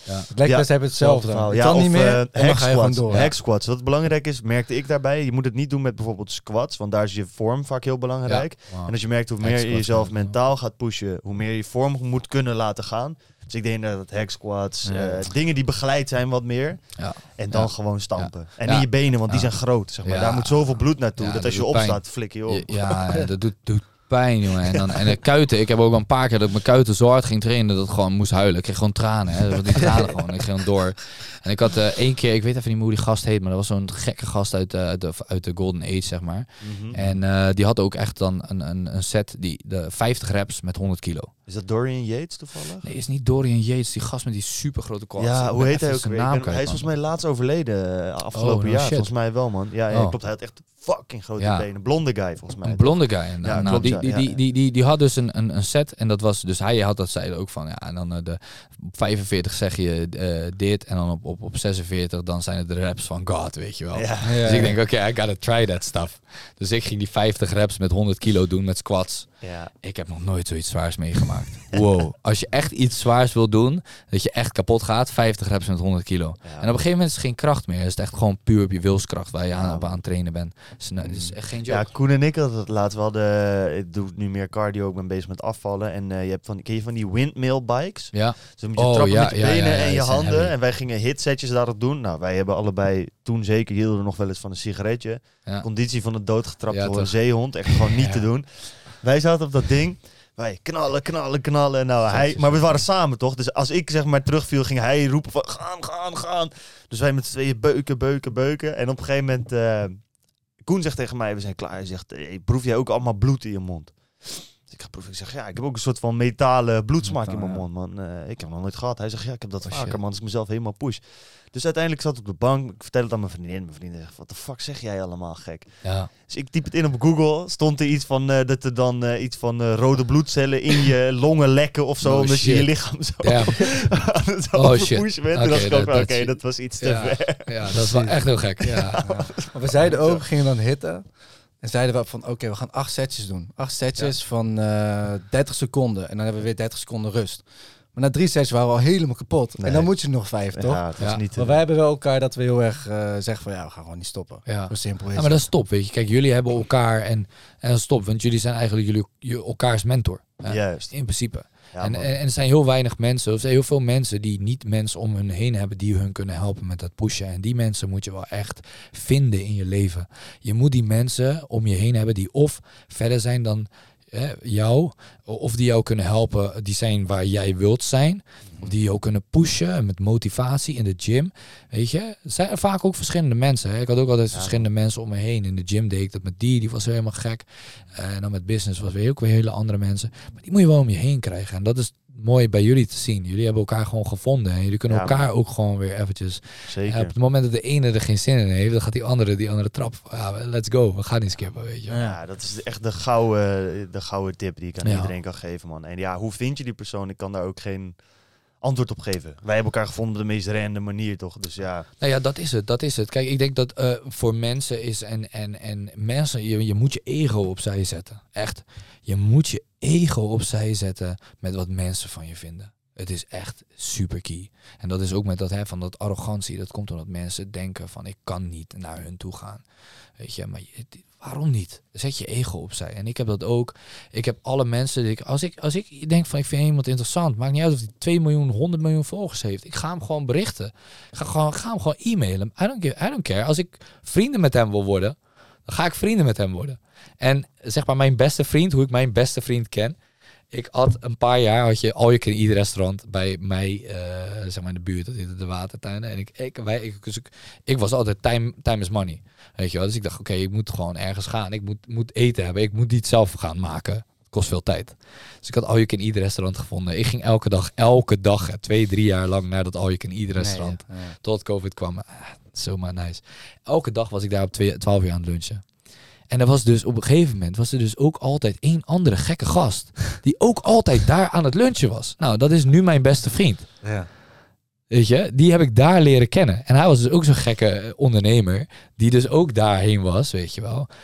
Ja. Het lijkt best hebben hetzelfde. Ja, je kan of, niet meer, uh, en dan ga je gewoon door. Hack squats. Wat belangrijk is, merkte ik daarbij. Je moet het niet doen met bijvoorbeeld squats, want daar is je vorm vaak heel belangrijk. Ja. Wow. En als je merkt hoe meer je jezelf mentaal gaat pushen, hoe meer je vorm moet kunnen laten gaan. Dus ik denk dat hack squats, ja. uh, dingen die begeleid zijn wat meer. Ja. En dan ja. gewoon stampen. Ja. En ja. in je benen, want die ja. zijn groot. Zeg maar. Ja. Daar moet zoveel bloed naartoe, ja, dat, dat als je opstaat, flik je op. Ja, ja dat doet, doet pijn, jongen. En, dan, en de kuiten, ik heb ook al een paar keer dat ik mijn kuiten zo hard ging trainen dat ik gewoon moest huilen. Ik kreeg gewoon tranen, hè. Die tranen gewoon. Ik ging gewoon door. En ik had uh, één keer, ik weet even niet meer hoe die gast heet, maar dat was zo'n gekke gast uit, uh, de, uit de Golden Age, zeg maar. Mm-hmm. En uh, die had ook echt dan een, een, een set, die de vijftig reps met honderd kilo. Is dat Dorian Yates toevallig? Nee, is niet Dorian Yates, die gast met die super grote quads. Ja, hoe heet hij ook weer? Hij is volgens mij laatst overleden afgelopen oh, no jaar. Shit. Volgens mij wel, man. Ja, ja oh. klopt. Hij had echt fucking grote ja. benen. Blonde guy, volgens mij. Een blonde guy. En, ja, nou, klopt, die, ja. Die, die, die, die, die had dus een, een, een set en dat was, dus hij had dat zeiden ook van, ja, en dan uh, de op vijfenveertig zeg je uh, dit en dan op, op, op zesenveertig dan zijn het de reps van God, weet je wel. Ja. Ja, dus ik denk, oké, okay, I gotta try that stuff. Dus ik ging die vijftig reps met honderd kilo doen met squats. Ja. Ik heb nog nooit zoiets zwaars meegemaakt. Wow. Als je echt iets zwaars wil doen, dat je echt kapot gaat, vijftig reps met honderd kilo. Ja. En op een gegeven moment is het geen kracht meer. Het is echt gewoon puur op je wilskracht waar je aan, op aan het trainen bent. Dus, nou, het is echt geen joke. Ja, Koen en ik hadden het laatst wel. De, ik doe nu meer cardio, ik ben bezig met afvallen. En uh, je hebt van, ken je van die windmill bikes? Ja. Dus dan moet je oh, trappen ja, met je benen ja, ja, ja, en je handen. Heavy. En wij gingen hitsetjes daarop doen. Nou, wij hebben allebei toen zeker, hielden we nog wel eens van een sigaretje. Ja. Conditie van de doodgetrapt ja, door toch. Een zeehond. Echt gewoon niet ja. te doen. Wij zaten op dat ding. Wij knallen, knallen, knallen. Nou, hij, maar we waren samen toch? Dus als ik zeg maar terugviel, ging hij roepen van gaan, gaan, gaan. Dus wij met z'n tweeën beuken, beuken, beuken. En op een gegeven moment, uh, Koen zegt tegen mij, we zijn klaar. Hij zegt, hey, proef jij ook allemaal bloed in je mond? Dus ik ga proeven. Ik zeg, ja, ik heb ook een soort van metalen bloedsmaak Metaal, in mijn mond, man. Uh, ik heb nog nooit gehad. Hij zegt, ja, ik heb dat oh, vaker, shit. man. Als ik mezelf helemaal push. Dus uiteindelijk zat ik op de bank. Ik vertel het aan mijn vriendin. Mijn vriendin zegt, wat de fuck zeg jij allemaal, gek? Ja. Dus ik typ het in op Google. Stond er iets van, uh, dat er dan uh, iets van uh, rode bloedcellen in je longen lekken of zo. Oh, omdat shit. je je lichaam zo aan het overpushen bent. Toen dacht ik ook, oké, okay, dat was iets te ja. ver. Ja, dat is wel echt heel gek. Ja. Ja. Maar we zeiden ook, we gingen dan hitten. En zeiden we van, oké, okay, we gaan acht setjes doen. Acht setjes ja. van uh, dertig seconden. En dan hebben we weer dertig seconden rust. Maar na drie sets waren we al helemaal kapot. Nee. En dan moet je nog vijf, toch? Ja, ja. Niet, maar wij hebben wel elkaar dat we heel erg uh, zeggen van... ja, we gaan gewoon niet stoppen. Ja. Zo simpel is ja, maar dat is top, weet je. Kijk, jullie hebben elkaar en, en dat is top. Want jullie zijn eigenlijk jullie, jullie elkaars mentor. Ja, juist. In principe. Ja, en, en, en er zijn heel weinig mensen, of er zijn heel veel mensen die niet mensen om hun heen hebben die hun kunnen helpen met dat pushen. En die mensen moet je wel echt vinden in je leven. Je moet die mensen om je heen hebben die of verder zijn dan eh, jou, of die jou kunnen helpen, die zijn waar jij wilt zijn. Of die jou kunnen pushen met motivatie in de gym. Weet je, het zijn vaak ook verschillende mensen. Hè? Ik had ook altijd ja, verschillende man. mensen om me heen. In de gym deed ik dat met die, die was helemaal gek. Uh, en dan met business was weer ook weer hele andere mensen. Maar die moet je wel om je heen krijgen. En dat is mooi bij jullie te zien. Jullie hebben elkaar gewoon gevonden. En jullie kunnen ja, elkaar man. ook gewoon weer eventjes... Zeker. Uh, op het moment dat de ene er geen zin in heeft, dan gaat die andere die andere trap. Ja, let's go. We gaan niet skippen, weet je. Ja, dat is echt de gouden, de gouden tip die ik aan ja. iedereen kan geven, man. En ja, hoe vind je die persoon? Ik kan daar ook geen antwoord op geven. Wij hebben elkaar gevonden op de meest random manier, toch? Dus ja. Nou ja, dat is het. Dat is het. Kijk, ik denk dat uh, voor mensen is en, en, en mensen, je, je moet je ego opzij zetten. Echt. Je moet je ego opzij zetten met wat mensen van je vinden. Het is echt super key. En dat is ook met dat, hè, van dat arrogantie. Dat komt omdat mensen denken van ik kan niet naar hun toe gaan. Weet je, maar je, waarom niet? Zet je ego opzij. En ik heb dat ook. Ik heb alle mensen. Die ik, als, ik, als ik denk van ik vind iemand interessant. Maakt niet uit of hij twee miljoen, honderd miljoen volgers heeft. Ik ga hem gewoon berichten. Ik ga, gewoon, ik ga hem gewoon e-mailen. I don't, give, I don't care. Als ik vrienden met hem wil worden, dan ga ik vrienden met hem worden. En zeg maar mijn beste vriend, hoe ik mijn beste vriend ken. Ik had een paar jaar, had je al je kan ieder restaurant bij mij, uh, zeg maar in de buurt, dat heette de Watertuinen. En ik, ik, wij, ik, dus ik, ik was altijd time, time is money, weet je wel. Dus ik dacht, oké, okay, ik moet gewoon ergens gaan. Ik moet, moet eten hebben. Ik moet niet zelf gaan maken. Het kost veel tijd. Dus ik had al je kan ieder restaurant gevonden. Ik ging elke dag, elke dag, twee, drie jaar lang naar dat al je kan ieder restaurant. Nee, ja, ja. Tot COVID kwam. Ah, zomaar nice. Elke dag was ik daar op twee, twaalf uur aan het lunchen. En er was dus op een gegeven moment was er dus ook altijd één andere gekke gast die ook altijd daar aan het lunchen was. Nou, dat is nu mijn beste vriend. Ja. Weet je, die heb ik daar leren kennen. En hij was dus ook zo'n gekke ondernemer die dus ook daarheen was, weet je wel.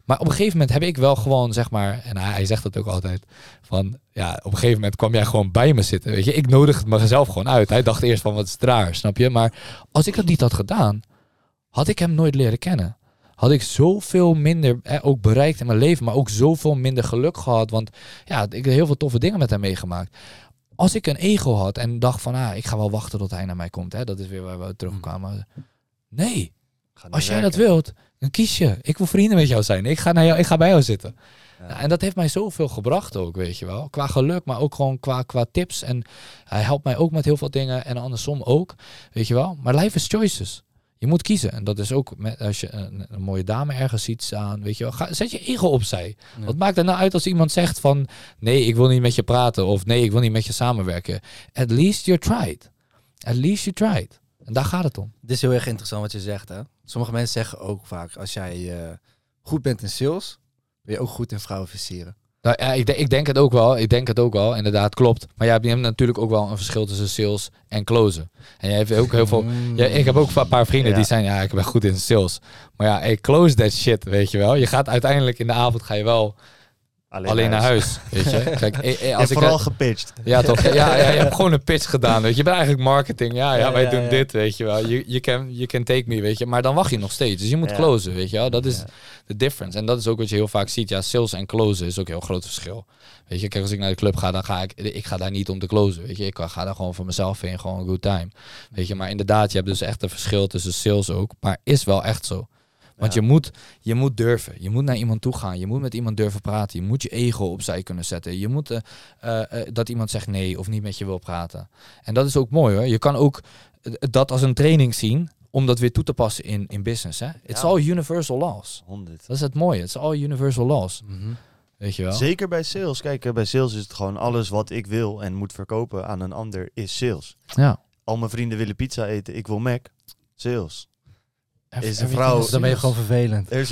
Maar op een gegeven moment heb ik wel gewoon, zeg maar... En hij, hij zegt dat ook altijd. Van, ja, op een gegeven moment kwam jij gewoon bij me zitten. Weet je, ik nodig het mezelf gewoon uit. Hij dacht eerst van, wat is het raar, snap je? Maar als ik dat niet had gedaan, had ik hem nooit leren kennen. Had ik zoveel minder eh, ook bereikt in mijn leven, maar ook zoveel minder geluk gehad. Want ja, ik heb heel veel toffe dingen met hem meegemaakt. Als ik een ego had en dacht van, ah, ik ga wel wachten tot hij naar mij komt. Hè, dat is weer waar we terugkwamen. Nee, als jij werken. dat wilt, dan kies je. Ik wil vrienden met jou zijn. Ik ga, naar jou, ik ga bij jou zitten. Ja. Nou, en dat heeft mij zoveel gebracht ook, weet je wel. Qua geluk, maar ook gewoon qua, qua tips. En hij helpt mij ook met heel veel dingen en andersom ook, weet je wel. Maar life is choices. Je moet kiezen. En dat is ook met, als je een, een mooie dame ergens ziet staan, weet je wel. Ga, zet je ego opzij. Ja. Wat maakt het nou uit als iemand zegt van, nee, ik wil niet met je praten. Of nee, ik wil niet met je samenwerken. At least you tried. At least you tried. En daar gaat het om. Dit is heel erg interessant wat je zegt, hè. Sommige mensen zeggen ook vaak, als jij uh, goed bent in sales, ben je ook goed in vrouwen versieren. Nou, ja, ik, de, ik denk het ook wel. Ik denk het ook wel. Inderdaad, klopt. Maar jij hebt natuurlijk ook wel een verschil tussen sales en closen. En jij hebt ook heel veel... Mm. Ja, ik heb ook een paar vrienden Ja. die zijn... Ja, ik ben goed in sales. Maar ja, hey, close that shit, weet je wel. Je gaat uiteindelijk in de avond ga je wel Alleen, alleen naar huis. Weet je. Kijk, eh, eh, Je als hebt ik... vooral gepitcht. Ja, toch? Ja, ja, je hebt gewoon een pitch gedaan, weet je. Je bent eigenlijk marketing. Ja, ja, Ja, wij ja, doen ja. dit, weet je wel. You, you, can, you can take me, weet je. Maar dan wacht je nog steeds. Dus je moet Ja. closen, weet je wel. Dat is Ja. de difference. En dat is ook wat je heel vaak ziet. Ja, sales en closen is ook een heel groot verschil. Weet je, kijk, als ik naar de club ga, dan ga ik... Ik ga daar niet om te closen, weet je. Ik ga daar gewoon voor mezelf heen, gewoon een good time. Weet je, maar inderdaad, je hebt dus echt een verschil tussen sales ook. Maar is wel echt zo. Want Ja. je, moet, je moet durven. Je moet naar iemand toe gaan. Je moet met iemand durven praten. Je moet je ego opzij kunnen zetten. Je moet uh, uh, uh, dat iemand zegt nee of niet met je wil praten. En dat is ook mooi hoor. Je kan ook uh, dat als een training zien om dat weer toe te passen in, in business. Hè? It's Ja. all universal laws. honderd. Dat is het mooie. It's all universal laws. Mm-hmm. Weet je wel? Zeker bij sales. Kijk, eh, bij sales is het gewoon alles wat ik wil en moet verkopen aan een ander is sales. Ja. Al mijn vrienden willen pizza eten, ik wil Mac. Sales. Is een Everything vrouw- is Dan ben je sales. gewoon vervelend. Er is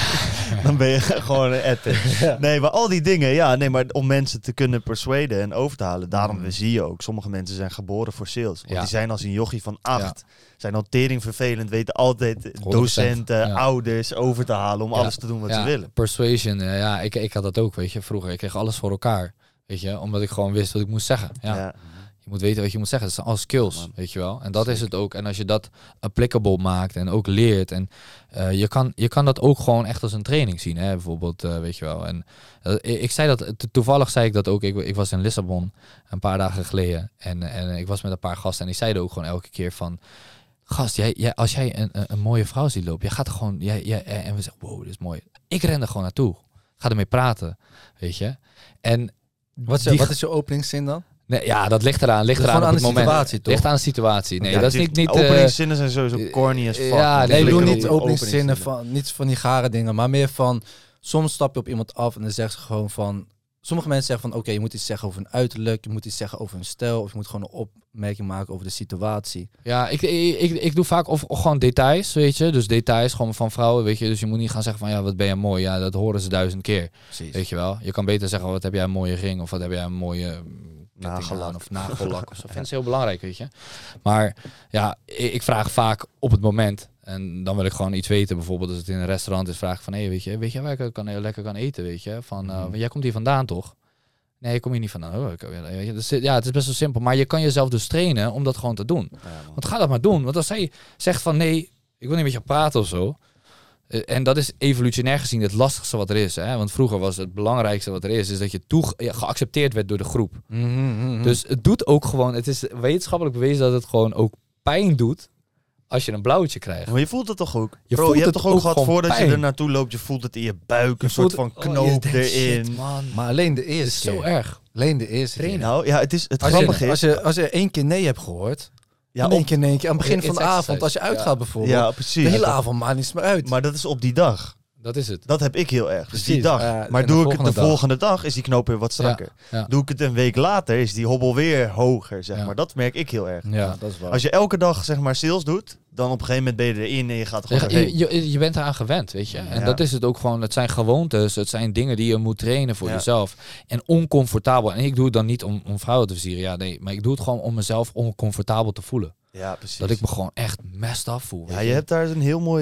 dan ben je gewoon een etter. Nee, maar al die dingen, ja, nee, maar om mensen te kunnen persuaden en over te halen. Daarom Mm. zie je ook, sommige mensen zijn geboren voor sales. Want Ja. die zijn als een jochie van acht. Zijn al tering vervelend, weten altijd procent, docenten, ja. ouders over te halen om Ja. alles te doen wat Ja, ze willen. Persuasion, uh, ja, ik, ik had dat ook, weet je, vroeger. Ik kreeg alles voor elkaar, weet je, omdat ik gewoon wist wat ik moest zeggen. Ja. Ja. Je moet weten wat je moet zeggen. Dat zijn al skills, Man. weet je wel. En dat is het ook. En als je dat applicable maakt en ook leert. En uh, je, kan, je kan dat ook gewoon echt als een training zien, hè, bijvoorbeeld, uh, weet je wel. En uh, ik zei dat, to- toevallig zei ik dat ook. Ik, ik was in Lissabon een paar dagen geleden. En, en ik was met een paar gasten en die zeiden ook gewoon elke keer van... Gast, jij, jij, als jij een, een, een mooie vrouw ziet lopen, jij gaat er gewoon... Jij, jij, en we zeggen, wow, dit is mooi. Ik ren er gewoon naartoe. Ga ermee praten, weet je. En Wat is, die- wat is je openingszin dan? Nee, ja, dat ligt eraan. Ligt Dat is eraan op gewoon het aan de moment. situatie, toch? Ligt aan de situatie. Nee, Ja, dat is die niet... niet eh, openingszinnen zijn sowieso corny as fuck. ja, Want nee, Nee, ik die bedoel flikkeren niet op openingszinnen openingszinnen. van, niet van die gare dingen, maar meer van, soms stap je op iemand af en dan zeggen ze gewoon van, sommige mensen zeggen van, oké, je moet iets zeggen over een uiterlijk, je moet iets zeggen over een stijl, of je moet gewoon een opmerking maken over de situatie. Ja, ik, ik, ik, ik doe vaak of, of gewoon details, weet je. Dus details gewoon van vrouwen, weet je. Dus je moet niet gaan zeggen van, ja, wat ben je mooi. Ja, dat horen ze duizend keer, Precies. weet je wel. Je kan beter zeggen, wat heb jij een mooie ring. Of wat heb jij een mooie mm, ketting Nagellak. aan, of nagellak. Of zo. Ik vind het heel belangrijk, weet je. Maar ja, ik, ik vraag vaak op het moment. En dan wil ik gewoon iets weten. Bijvoorbeeld als het in een restaurant is, vraag ik van, hé, hey, weet je, weet je waar ik kan, heel lekker kan eten, weet je. Van, uh, Mhm. jij komt hier vandaan, toch? Nee, ik kom hier niet vandaan. Oh, ik, weet je, dus, ja, het is best wel simpel. Maar je kan jezelf dus trainen om dat gewoon te doen. Ja, man. Want ga dat maar doen. Want als zij zegt van nee, ik wil niet met je praten of zo. Uh, en dat is evolutionair gezien het lastigste wat er is. Hè? Want vroeger was het belangrijkste wat er is, is dat je toe ja, geaccepteerd werd door de groep. Mhm. Dus het doet ook gewoon, het is wetenschappelijk bewezen dat het gewoon ook pijn doet als je een blauwtje krijgt. Maar je voelt het toch ook? Je Bro, voelt je hebt het toch ook ook gehad gewoon voordat je pijn. er naartoe loopt, je voelt het in je buik, een Je soort voelt- van oh, je knoop denkt, erin. shit, man. Maar alleen de Het is eerste zo keer. erg. Alleen de eerste keer. Trainen. Nou ja, het is het Als grappige je, is. als, je, als je één keer nee hebt gehoord, ja, dan één op, keer nee keer aan het begin It's van de exercise. avond, als je uitgaat Ja. bijvoorbeeld, ja, de precies. hele avond maakt niets meer uit. Maar dat is op die dag. Dat is het. Dat heb ik heel erg. Dus die Precies. dag. Ja, maar en doe de ik het de volgende dag. volgende dag, is die knoop weer wat strakker. Ja. Doe ik het een week later, is die hobbel weer hoger, zeg Ja. maar. Dat merk ik heel erg. Ja. dat is waar. Als je elke dag, zeg maar, sales doet, dan op een gegeven moment ben je erin en je gaat er gewoon Je, doorheen. je, je bent eraan gewend, weet je. En Ja. dat is het ook gewoon. Het zijn gewoontes. Het zijn dingen die je moet trainen voor Ja. jezelf. En oncomfortabel. En ik doe het dan niet om, om vrouwen te versieren. Ja, nee. Maar ik doe het gewoon om mezelf oncomfortabel te voelen. Ja, precies. Dat ik me gewoon echt messed up voel. ja, weet je hebt daar een heel mooi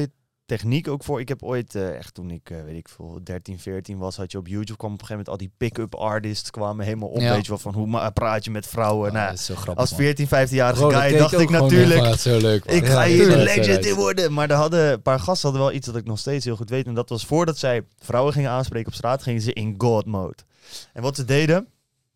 techniek ook voor. Ik heb ooit, uh, echt toen ik, uh, weet ik veel, dertien, veertien was, had je op YouTube, kwam op een gegeven moment al die pick-up artists kwamen helemaal op. Ja. Weet je wel, van hoe ma- praat je met vrouwen. Oh, nou, dat is zo grappig, als veertien, vijftienjarige guy dacht ik natuurlijk, ja, zo leuk, ik ga hier een legend in worden. Maar er hadden, een paar gasten hadden wel iets dat ik nog steeds heel goed weet. En dat was voordat zij vrouwen gingen aanspreken op straat, gingen ze in God mode. En wat ze deden,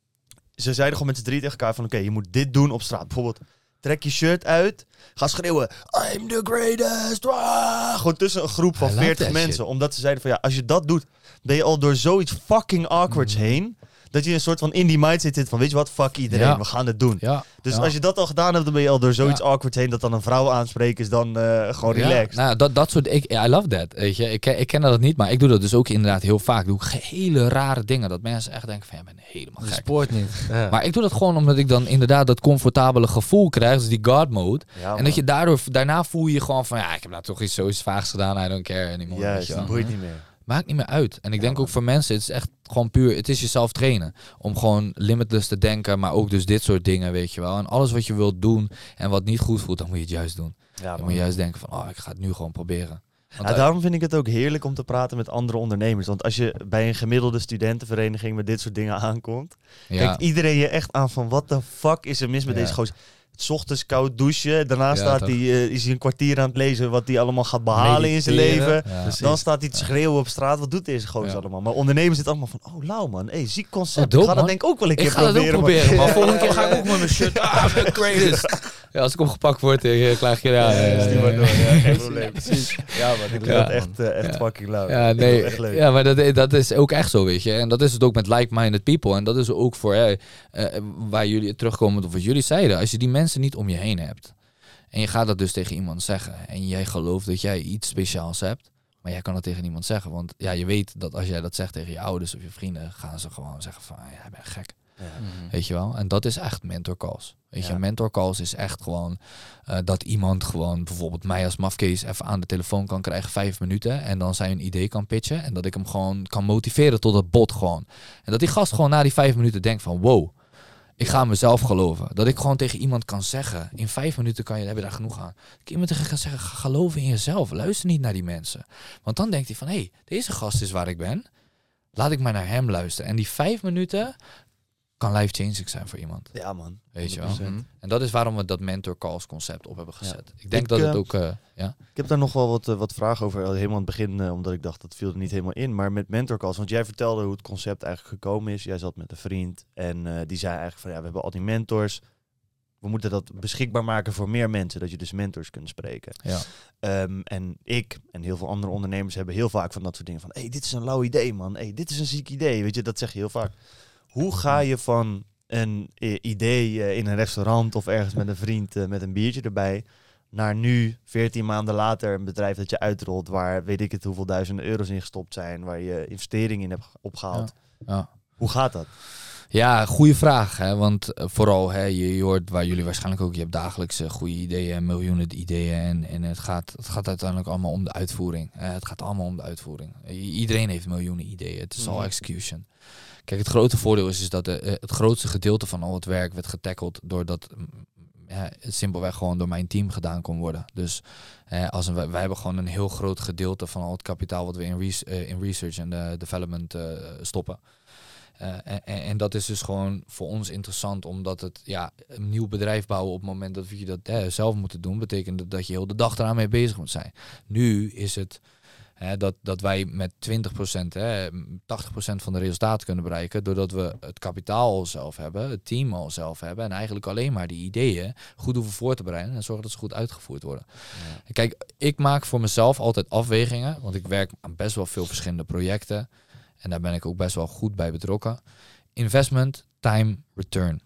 ze zeiden gewoon met z'n drie tegen elkaar van, oké, okay, je moet dit doen op straat. Bijvoorbeeld, trek je shirt uit, ga schreeuwen, I'm the greatest. Ah! Gewoon tussen een groep van veertig mensen. Shit. Omdat ze zeiden van, ja, als je dat doet, ben je al door zoiets fucking awkwards mm. heen, dat je een soort van in die mindset zit van, weet je wat, fuck iedereen, ja. we gaan het doen. Ja. Dus ja. als je dat al gedaan hebt, dan ben je al door zoiets ja. awkward heen, dat dan een vrouw aanspreken is dan uh, gewoon ja. relaxed. Nou, dat, dat soort, ik, I love that, weet je. Ik, ik ken dat niet, maar ik doe dat dus ook inderdaad heel vaak. Ik doe hele rare dingen, dat mensen echt denken van, ja, ik ben helemaal gek. Sport niet. Ja. Maar ik doe dat gewoon omdat ik dan inderdaad dat comfortabele gevoel krijg, dus die God mode. Ja, en dat je daardoor, daarna voel je gewoon van, ja, ik heb nou toch iets zoiets vaags gedaan, I don't care anymore. Ja, dat boeit niet meer. Maakt niet meer uit. En ik ja, denk man. ook voor mensen, het is echt gewoon puur, het is jezelf trainen. Om gewoon limitless te denken, maar ook dus dit soort dingen, weet je wel. En alles wat je wilt doen en wat niet goed voelt, dan moet je het juist doen. Ja, dan moet je juist denken van, oh, ik ga het nu gewoon proberen. Ja, daarom vind ik het ook heerlijk om te praten met andere ondernemers. Want als je bij een gemiddelde studentenvereniging met dit soort dingen aankomt, ja. kijkt iedereen je echt aan van, wat de fuck is er mis met ja. deze gozer? 's Ochtends koud douchen. Daarna ja, staat hij, uh, is hij een kwartier aan het lezen wat hij allemaal gaat behalen in zijn leven. Ja. Dan staat hij te schreeuwen op straat. Wat doet deze gozer ja. allemaal? Maar ondernemers zitten allemaal van, oh lauw man, hey, ziek concept. Oh, ik ga dat denk ik ook wel een keer proberen. Ik ga dat ook proberen, maar volgende keer ga ik ook met mijn shirt. Ah, the greatest. Ja, als ik opgepakt word, dan klaag je ja, ja, ja, ja, ja, ja. Geen probleem. Ja, maar ik vind ja, dat echt, uh, echt ja. fucking lauw. Ja, nee, echt leuk. Ja, maar dat, dat is ook echt zo, weet je. En dat is het ook met like-minded people. En dat is ook voor uh, uh, waar jullie terugkomen op wat jullie zeiden. Als je die mensen niet om je heen hebt en je gaat dat dus tegen iemand zeggen en jij gelooft dat jij iets speciaals hebt, maar jij kan het tegen niemand zeggen, want ja, je weet dat als jij dat zegt tegen je ouders of je vrienden, gaan ze gewoon zeggen van, ja, jij bent gek. Ja. Mm-hmm. Weet je wel? En dat is echt mentor calls. Weet ja. je, mentor calls is echt gewoon uh, dat iemand gewoon bijvoorbeeld mij als mafkees even aan de telefoon kan krijgen, vijf minuten, en dan zijn idee kan pitchen en dat ik hem gewoon kan motiveren tot het bot gewoon. En dat die gast gewoon na die vijf minuten denkt van, wow, ik ga mezelf geloven. Dat ik gewoon tegen iemand kan zeggen, in vijf minuten kan je, heb je daar genoeg aan. Dat ik iemand tegen kan zeggen, ga geloven in jezelf. Luister niet naar die mensen. Want dan denkt hij van, hé, hey, deze gast is waar ik ben. Laat ik maar naar hem luisteren. En die vijf minuten kan life-changing zijn voor iemand. Ja, man. Weet je wel. Mm-hmm. En dat is waarom we dat mentor calls concept op hebben gezet. Ja. Ik denk ik, dat het ook... Uh, ja? Ik heb daar nog wel wat, uh, wat vragen over. Helemaal aan het begin, uh, omdat ik dacht, dat viel er niet helemaal in. Maar met mentor calls, want jij vertelde hoe het concept eigenlijk gekomen is. Jij zat met een vriend en uh, die zei eigenlijk van, ja, we hebben al die mentors. We moeten dat beschikbaar maken voor meer mensen, dat je dus mentors kunt spreken. Ja. Um, en ik en heel veel andere ondernemers hebben heel vaak van dat soort dingen van, hé, hey, dit is een lauw idee, man. Hé, hey, dit is een ziek idee. Weet je, dat zeg je heel vaak. Hoe ga je van een uh, idee uh, in een restaurant of ergens met een vriend uh, met een biertje erbij, naar nu, veertien maanden later, een bedrijf dat je uitrolt, waar weet ik het hoeveel duizenden euro's in gestopt zijn, waar je investeringen in hebt opgehaald. Ja. Ja. Hoe gaat dat? Ja, goede vraag. Hè? Want uh, vooral, hè, je, je hoort waar jullie waarschijnlijk ook, je hebt dagelijks uh, goede ideeën, miljoenen ideeën. En, en het, gaat, het gaat uiteindelijk allemaal om de uitvoering. Uh, het gaat allemaal om de uitvoering. Uh, iedereen heeft miljoenen ideeën. Het is mm. al execution. Kijk, het grote voordeel is, is dat de, uh, het grootste gedeelte van al het werk werd getackled doordat uh, ja, het simpelweg gewoon door mijn team gedaan kon worden. Dus uh, als een, wij, wij hebben gewoon een heel groot gedeelte van al het kapitaal wat we in, res, uh, in research en uh, development uh, stoppen. Uh, en, en dat is dus gewoon voor ons interessant, omdat het, ja, een nieuw bedrijf bouwen op het moment dat we dat eh, zelf moeten doen, betekent dat, dat je heel de dag eraan mee bezig moet zijn. Nu is het hè, dat, dat wij met twintig procent, hè, tachtig procent van de resultaten kunnen bereiken, doordat we het kapitaal al zelf hebben, het team al zelf hebben en eigenlijk alleen maar die ideeën goed hoeven voor te bereiden en zorgen dat ze goed uitgevoerd worden. Ja. Kijk, ik maak voor mezelf altijd afwegingen, want ik werk aan best wel veel verschillende projecten. En daar ben ik ook best wel goed bij betrokken. Investment, time, return.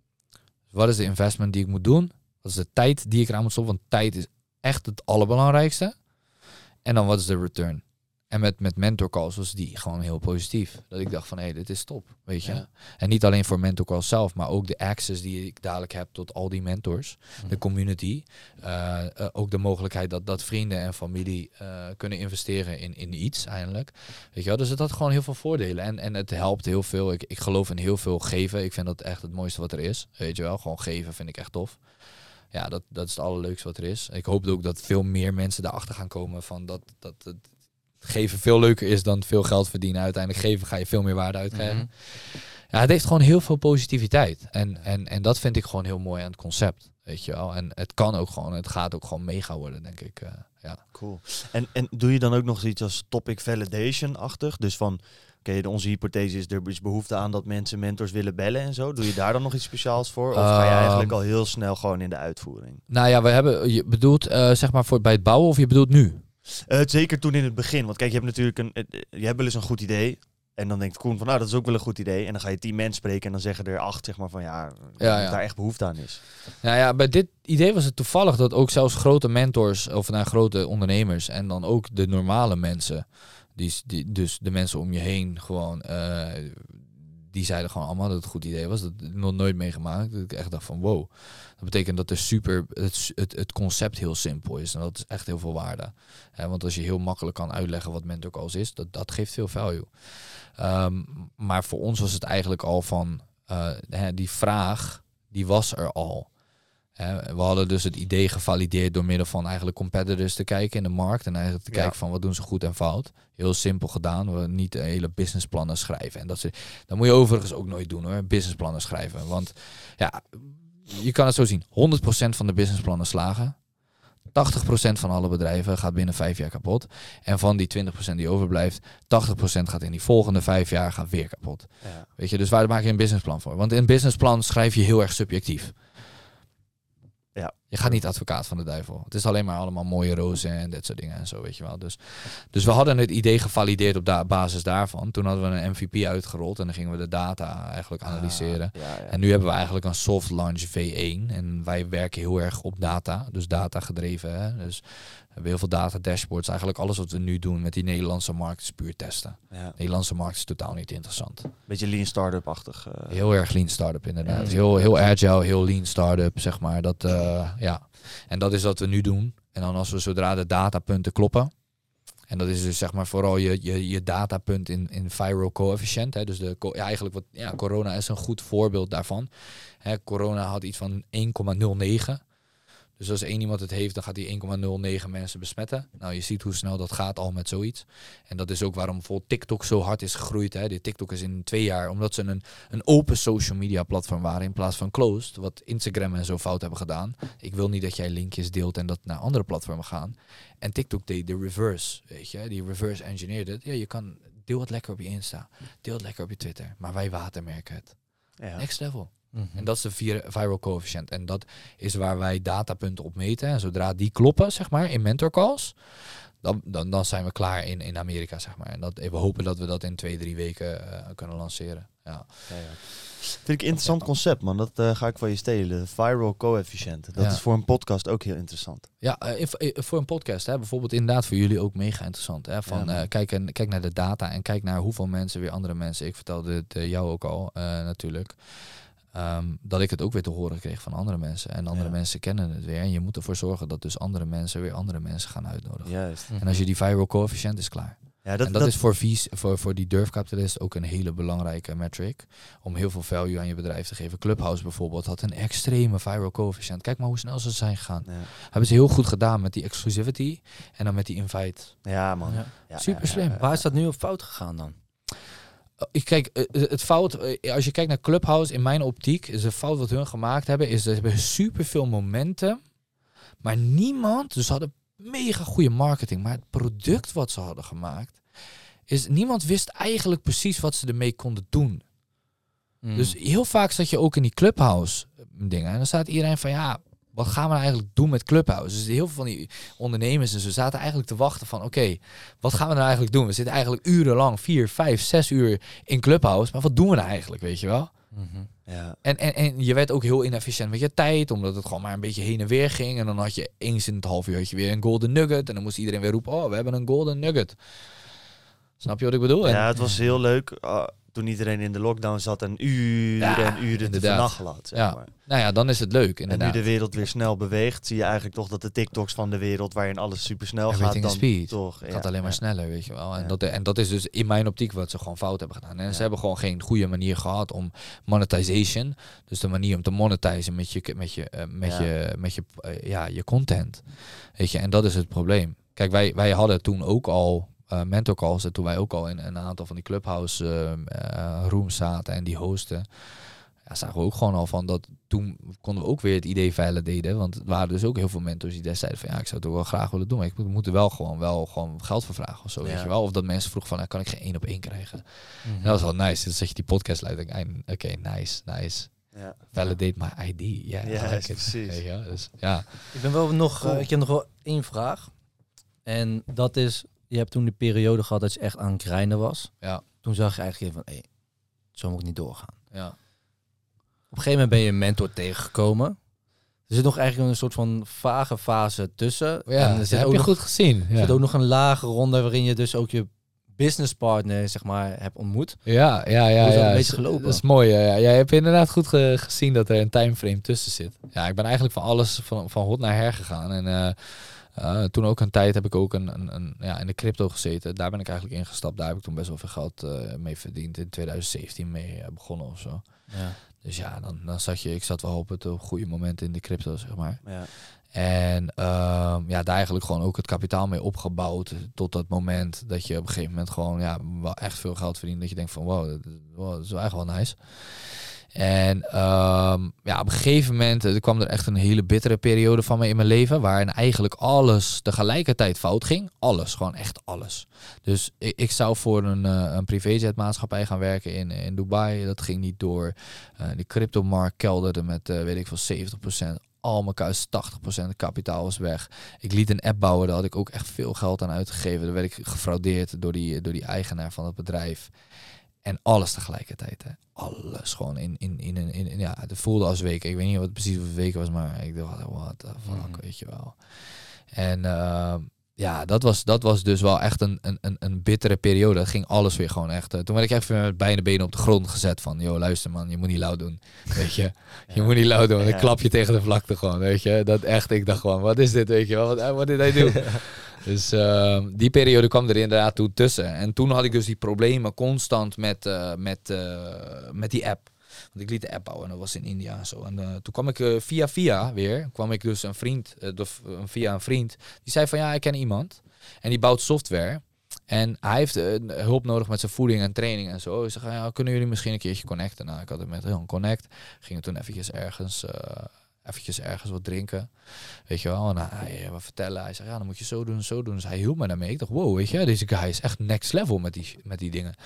Dus wat is de investment die ik moet doen? Wat is de tijd die ik eraan moet stoppen? Want tijd is echt het allerbelangrijkste. En dan wat is de return? En met, met mentor calls was die gewoon heel positief. Dat ik dacht van, hé, hey, dit is top, weet je. Ja. En niet alleen voor mentor calls zelf, maar ook de access die ik dadelijk heb tot al die mentors. Mm. De community. Uh, uh, ook de mogelijkheid dat, dat vrienden en familie uh, kunnen investeren in, in iets eindelijk. Weet je wel, dus het had gewoon heel veel voordelen. En, en het helpt heel veel. Ik, ik geloof in heel veel geven. Ik vind dat echt het mooiste wat er is. Weet je wel, gewoon geven vind ik echt tof. ja, dat, dat is het allerleukste wat er is. Ik hoop ook dat veel meer mensen daarachter gaan komen van dat, dat het geven veel leuker is dan veel geld verdienen. Uiteindelijk geven ga je veel meer waarde uitkrijgen. Mm-hmm. Ja, het heeft gewoon heel veel positiviteit. En, en, en dat vind ik gewoon heel mooi aan het concept. Weet je wel. En het kan ook gewoon, het gaat ook gewoon mega worden, denk ik. Uh, ja. Cool. En, en doe je dan ook nog iets als topic validation-achtig? Dus van, oké, okay, onze hypothese is, er is behoefte aan dat mensen mentors willen bellen en zo. Doe je daar dan nog iets speciaals voor? Of ga je eigenlijk al heel snel gewoon in de uitvoering? Nou ja, we hebben, je bedoelt uh, zeg maar voor bij het bouwen of je bedoelt nu? Uh, zeker toen in het begin. Want kijk, je hebt natuurlijk een, uh, je hebt wel eens een goed idee. En dan denkt Koen van, nou, dat is ook wel een goed idee. En dan ga je tien mensen spreken en dan zeggen er acht, zeg maar, van ja, ja, dat ja. daar echt behoefte aan is. Nou ja, bij dit idee was het toevallig dat ook zelfs grote mentors, of nou, grote ondernemers en dan ook de normale mensen, die, die, dus de mensen om je heen gewoon, uh, die zeiden gewoon allemaal dat het een goed idee was. Dat heb ik nog nooit meegemaakt. Dat ik echt dacht van, wow. Dat betekent dat er super, het, het, het concept heel simpel is. En dat is echt heel veel waarde. He, want als je heel makkelijk kan uitleggen wat mentor calls is, dat, dat geeft veel value. Um, maar voor ons was het eigenlijk al van, uh, hè, die vraag, die was er al. Hè, we hadden dus het idee gevalideerd door middel van eigenlijk competitors te kijken in de markt. En eigenlijk te ja. kijken van wat doen ze goed en fout. Heel simpel gedaan. We niet hele businessplannen schrijven. En dat, ze, dat moet je overigens ook nooit doen hoor, businessplannen schrijven. Want ja, je kan het zo zien. honderd procent van de businessplannen slagen. tachtig procent van alle bedrijven gaat binnen vijf jaar kapot. En van die twintig procent die overblijft, tachtig procent gaat in die volgende vijf jaar gaat weer kapot. Ja. Weet je, dus waar maak je een businessplan voor? Want in een businessplan schrijf je heel erg subjectief. Ja. Je gaat niet advocaat van de duivel. Het is alleen maar allemaal mooie rozen en dat soort dingen en zo, weet je wel. Dus, dus we hadden het idee gevalideerd op da- basis daarvan. Toen hadden we een M V P uitgerold en dan gingen we de data eigenlijk analyseren. Ah, ja, ja. En nu hebben we eigenlijk een soft launch V één. En wij werken heel erg op data, dus data gedreven. Hè? Dus we hebben heel veel data dashboards. Eigenlijk alles wat we nu doen met die Nederlandse markt is puur testen. Ja. De Nederlandse markt is totaal niet interessant. Beetje lean startup-achtig. Uh... Heel erg lean startup inderdaad. Ja. Heel, heel agile, heel lean startup, zeg maar. Dat, uh, ja. En dat is wat we nu doen. En dan als we zodra de datapunten kloppen. En dat is dus zeg maar vooral je, je, je datapunt in, in viral coefficient. Hè. Dus de, ja, eigenlijk wat, ja, corona is een goed voorbeeld daarvan. Hè, corona had iets van één komma nul negen. Dus als één iemand het heeft, dan gaat hij één komma nul negen mensen besmetten. Nou, je ziet hoe snel dat gaat al met zoiets. En dat is ook waarom bijvoorbeeld TikTok zo hard is gegroeid. Hè. Die TikTok is in twee jaar, omdat ze een, een open social media platform waren in plaats van closed. Wat Instagram en zo fout hebben gedaan. Ik wil niet dat jij linkjes deelt en dat naar andere platformen gaan. En TikTok deed de reverse, weet je. Die reverse engineerde het. Ja, je kan, deel het lekker op je Insta. Deel het lekker op je Twitter. Maar wij watermerken het. Ja. Next level. Mm-hmm. En dat is de vir- viral coefficient. En dat is waar wij datapunten op meten. En zodra die kloppen, zeg maar, in mentor calls, dan, dan, dan zijn we klaar in, in Amerika, zeg maar. En dat, we hopen dat we dat in twee, drie weken uh, kunnen lanceren. Ja. Ja, ja. Vind ik een interessant concept, man. Dat uh, ga ik van je stelen. Viral coefficient. Dat ja. is voor een podcast ook heel interessant. Ja, uh, if, uh, voor een podcast, hè, bijvoorbeeld inderdaad voor jullie ook mega interessant. Hè, van, ja, uh, kijk, en, kijk naar de data en kijk naar hoeveel mensen weer andere mensen. Ik vertelde het uh, jou ook al, uh, natuurlijk. Um, dat ik het ook weer te horen kreeg van andere mensen. En andere ja. mensen kennen het weer. En je moet ervoor zorgen dat dus andere mensen weer andere mensen gaan uitnodigen. Juist. En als je die viral coefficient is klaar. Ja, dat, en dat, dat is voor, V's, voor, voor die durfkapitalist ook een hele belangrijke metric. Om heel veel value aan je bedrijf te geven. Clubhouse bijvoorbeeld had een extreme viral coefficient. Kijk maar hoe snel ze zijn gegaan. Ja. Hebben ze heel goed gedaan met die exclusivity. En dan met die invite. Ja, man. Ja. Ja, super slim. Ja, ja, ja. Waar is dat nu op fout gegaan dan? Kijk, het fout, als je kijkt naar Clubhouse, in mijn optiek, is de fout wat hun gemaakt hebben, is dat ze hebben super veel momentum, maar niemand, dus ze hadden mega goede marketing, maar het product wat ze hadden gemaakt, is niemand wist eigenlijk precies wat ze ermee konden doen. Mm. Dus heel vaak zat je ook in die Clubhouse dingen en dan staat iedereen van ja, wat gaan we nou eigenlijk doen met Clubhouse? Dus heel veel van die ondernemers en ze zaten eigenlijk te wachten van... oké, okay, wat gaan we nou eigenlijk doen? We zitten eigenlijk urenlang, vier, vijf, zes uur in Clubhouse. Maar wat doen we nou eigenlijk, weet je wel? Mm-hmm. Ja. En, en, en je werd ook heel inefficiënt met je tijd... omdat het gewoon maar een beetje heen en weer ging. En dan had je eens in het half uur had je weer een golden nugget. En dan moest iedereen weer roepen... oh, we hebben een golden nugget. Snap je wat ik bedoel? Ja, het was heel leuk... Uh, toen iedereen in de lockdown zat en uren Ja, en uren te inderdaad. vernachelen had. Zeg Ja. maar. Nou ja, dan is het leuk, En inderdaad. nu de wereld weer snel beweegt, zie je eigenlijk toch dat de TikToks van de wereld, waarin alles super snel gaat, Everything dan is speed. toch. Het gaat alleen maar sneller, weet je wel. En, Ja. dat, en dat is dus in mijn optiek wat ze gewoon fout hebben gedaan. En Ja. ze hebben gewoon geen goede manier gehad om monetization, dus de manier om te monetizen met je, met je, uh, met Ja. je, met je, uh, ja, je content. Weet je, en dat is het probleem. Kijk, wij, wij hadden toen ook al uh, mentor calls, en toen wij ook al in een aantal van die clubhouse uh, uh, rooms zaten en die hosten. Ja, zagen we ook gewoon al van dat toen konden we ook weer het idee veilig deden. Want er waren dus ook heel veel mentors die destijds van ja, ik zou het ook wel graag willen doen. Maar ik moet er wel gewoon wel gewoon geld voor vragen of zo. Ja. Weet je wel? Of dat mensen vroegen van, nou, kan ik geen één op één krijgen? Mm-hmm. En dat was wel nice. Dan zet je die podcast uit en denk ik, oké, okay, nice, nice. Ja. Validate my I D. Yeah, Ja, I like it. precies. Weet je wel? Dus, ja. Ik ben wel nog, Cool. uh, ik heb nog wel één vraag. En dat is, je hebt toen de periode gehad dat je echt aan het grinden was. Ja. Toen zag je eigenlijk van, hé, hey, zo moet ik niet doorgaan. Ja. Op een gegeven moment ben je een mentor tegengekomen. Er zit nog eigenlijk een soort van vage fase tussen. Ja, en er dat zit heb ook je nog, goed gezien. er Ja. zit ook nog een lage ronde waarin je dus ook je businesspartner, zeg maar, hebt ontmoet. Ja, ja, ja. Hoe is dat ja. een beetje S- gelopen? Dat is mooi. Ja. Jij hebt inderdaad goed ge- gezien dat er een timeframe tussen zit. Ja, ik ben eigenlijk van alles van, van hot naar her gegaan. En uh, uh, toen ook een tijd heb ik ook een, een, een, ja, in de crypto gezeten. Daar ben ik eigenlijk ingestapt. Daar heb ik toen best wel veel geld uh, mee verdiend. In twintig zeventien mee uh, begonnen of zo. Ja. Dus ja, dan, dan zat je, ik zat wel op het op goede moment in de crypto, zeg maar. Ja. En uh, ja, daar eigenlijk gewoon ook het kapitaal mee opgebouwd tot dat moment dat je op een gegeven moment gewoon ja, wel echt veel geld verdient. Dat je denkt van wow, dat, wow, dat is wel echt wel nice. En um, ja, op een gegeven moment er kwam er echt een hele bittere periode van me in mijn leven, waarin eigenlijk alles tegelijkertijd fout ging. Alles, gewoon echt alles. Dus ik, ik zou voor een, uh, een privéjetmaatschappij gaan werken in, in Dubai. Dat ging niet door. Uh, de cryptomarkt kelderde met, uh, weet ik veel, zeventig procent. Al elkaar tachtig procent kapitaal was weg. Ik liet een app bouwen, daar had ik ook echt veel geld aan uitgegeven. Daar werd ik gefraudeerd door die, door die eigenaar van het bedrijf. En alles tegelijkertijd. Hè. Alles gewoon in, in, in, in, in, ja, het voelde als weken. Ik weet niet wat het precies hoeveel weken was, maar ik dacht, what the fuck, mm. weet je wel. En uh, ja, dat was, dat was dus wel echt een, een, een bittere periode. Dat ging alles weer gewoon echt. Uh, toen werd ik echt met beide benen op de grond gezet van, joh, luister man, je moet niet lauw doen. Weet je, je ja. moet niet lauw doen. Want ja. ik klap je tegen de vlakte gewoon, weet je. Dat echt, ik dacht gewoon, wat is dit, weet je wel. Wat, wat did I do? Dus uh, die periode kwam er inderdaad toe tussen. En toen had ik dus die problemen constant met, uh, met, uh, met die app. Want ik liet de app bouwen en dat was in India en zo. En uh, toen kwam ik uh, via via weer, kwam ik dus een vriend, uh, of, uh, via een vriend, die zei van ja, ik ken iemand. En die bouwt software. En hij heeft uh, hulp nodig met zijn voeding en training en zo. Ik zeg, ja, kunnen jullie misschien een keertje connecten? Nou, ik had het met heel een connect. Gingen toen eventjes ergens... Uh, eventjes ergens wat drinken, weet je wel. En hij wat vertellen. Hij zei, ja, dan moet je zo doen, zo doen. Dus hij hielp me daarmee. Ik dacht, wow, weet je, deze guy is echt next level met die, met die dingen.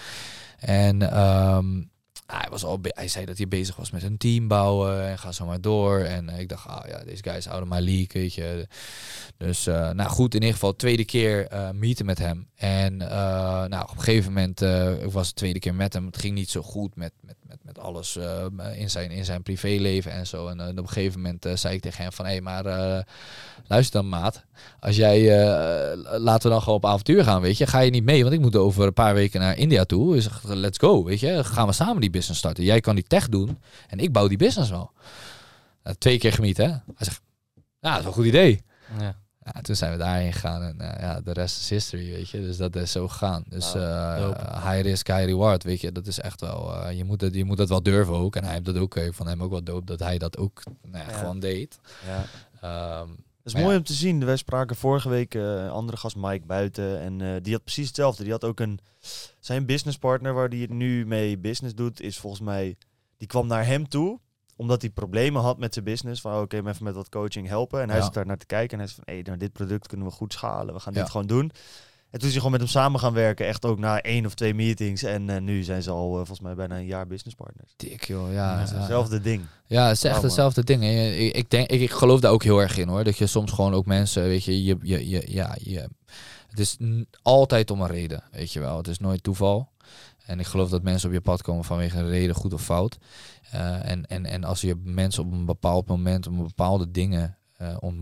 En um, hij, was al be- hij zei dat hij bezig was met een team bouwen en ga zo maar door. En uh, ik dacht, ah ja, deze guy is out of my league, weet je. Dus, uh, nou goed, in ieder geval tweede keer uh, meeten met hem. En uh, nou, op een gegeven moment, uh, ik was de tweede keer met hem. Het ging niet zo goed met, met, met, met alles uh, in, zijn, in zijn privéleven en zo. En uh, op een gegeven moment uh, zei ik tegen hem van, hé, hey, maar uh, luister dan, maat. Als jij, uh, laten we dan gewoon op avontuur gaan, weet je. Ga je niet mee, want ik moet over een paar weken naar India toe. Dus let's go, weet je. Gaan we samen die business starten. Jij kan die tech doen en ik bouw die business wel. Uh, twee keer gemiet, hè. Hij zegt, ja, dat is wel een goed idee. Ja. Ja, toen zijn we daarheen gegaan en uh, ja, de rest is history, weet je. Dus dat is zo gegaan. Dus uh, uh, high risk, high reward, weet je. Dat is echt wel, uh, je, moet het, je moet dat wel durven ook. En hij heeft dat ook, ik vond hem ook wel dope dat hij dat ook nou, ja, ja. gewoon deed. Ja. Um, dat is mooi ja. om te zien. Wij spraken vorige week uh, een andere gast, Mike, buiten. En uh, die had precies hetzelfde. Die had ook een, zijn businesspartner waar die het nu mee business doet, is volgens mij, die kwam naar hem toe omdat hij problemen had met zijn business. Van oké, okay, even met wat coaching helpen. En hij ja. zit daar naar te kijken. En hij zei van, hé, hey, nou, dit product kunnen we goed schalen. We gaan dit ja. gewoon doen. En toen is hij gewoon met hem samen gaan werken. Echt ook na één of twee meetings. En uh, nu zijn ze al uh, volgens mij bijna een jaar businesspartners. Dik joh, ja. Het is hetzelfde ja. ding. Ja, het is echt hetzelfde ding. Ik, ik, denk, ik, ik geloof daar ook heel erg in hoor. Dat je soms gewoon ook mensen, weet je, je, je, je ja, je, het is n- altijd om een reden, weet je wel. Het is nooit toeval. En ik geloof dat mensen op je pad komen vanwege een reden, goed of fout. Uh, en, en, en als je mensen op een bepaald moment, op bepaalde dingen uh, ontmoet,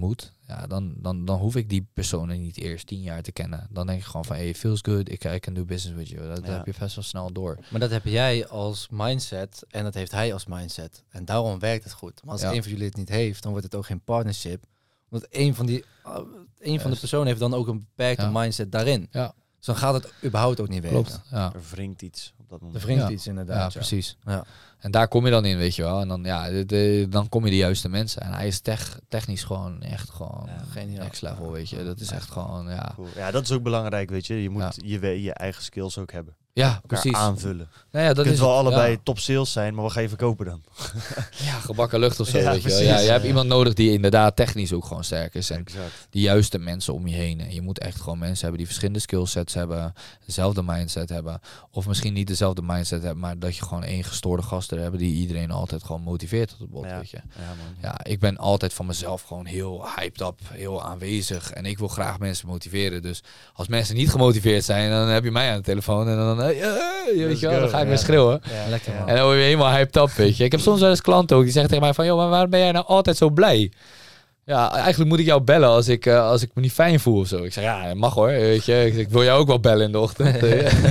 ja, dan, dan, dan hoef ik die personen niet eerst tien jaar te kennen. Dan denk ik gewoon van, hey, feels good, ik I can do business with you. Dat, Ja. dat heb je best wel snel door. Maar dat heb jij als mindset en dat heeft hij als mindset. En daarom werkt het goed. Maar als Ja. een van jullie het niet heeft, dan wordt het ook geen partnership. Want een van, die, uh, een van de personen heeft dan ook een beperkte Ja. mindset daarin. Ja. Dus dan gaat het überhaupt ook niet werken. Klopt, ja. Er wringt iets op dat Er moment. wringt Ja. iets Ja, inderdaad. Ja, precies. Ja. En daar kom je dan in, weet je wel. En dan, ja, de, de- dan kom je de juiste mensen. En hij is tech, technisch gewoon echt gewoon Ja, geniaal. next level, weet je. Dat is echt gewoon, ja. Cool. Ja, dat is ook belangrijk, weet je. Je moet Ja. je, we- je eigen skills ook hebben. Ja, Elkaar precies. aanvullen. Nou ja, dat Je kunt is wel het, allebei ja. top sales zijn, maar wat ga je verkopen dan? Ja, gebakken lucht of zo, Ja, weet je wel. precies. Ja, je hebt Ja. iemand nodig die inderdaad technisch ook gewoon sterk is. En Exact. de juiste mensen om je heen. En je moet echt gewoon mensen hebben die verschillende skillsets hebben, dezelfde mindset hebben. Of misschien niet dezelfde mindset hebben, maar dat je gewoon één gestoorde gast er hebben die iedereen altijd gewoon motiveert tot het bot, Ja. weet je. Ja, man. Ja, ik ben altijd van mezelf gewoon heel hyped up, heel aanwezig. En ik wil graag mensen motiveren. Dus als mensen niet gemotiveerd zijn, dan heb je mij aan de telefoon. En dan, hey, hey, weet Let's je wel, dan go. ga ik Ja. weer schreeuwen. Ja. Lekker, Ja. man. En dan word je helemaal hyped up, weet je. Ik heb soms wel eens klanten ook, die zeggen tegen mij van, joh, maar waarom ben jij nou altijd zo blij? Ja, eigenlijk moet ik jou bellen als ik, uh, als ik me niet fijn voel of zo. Ik zeg, ja, mag hoor, weet je. Ik, zeg, ik wil jou ook wel bellen in de ochtend.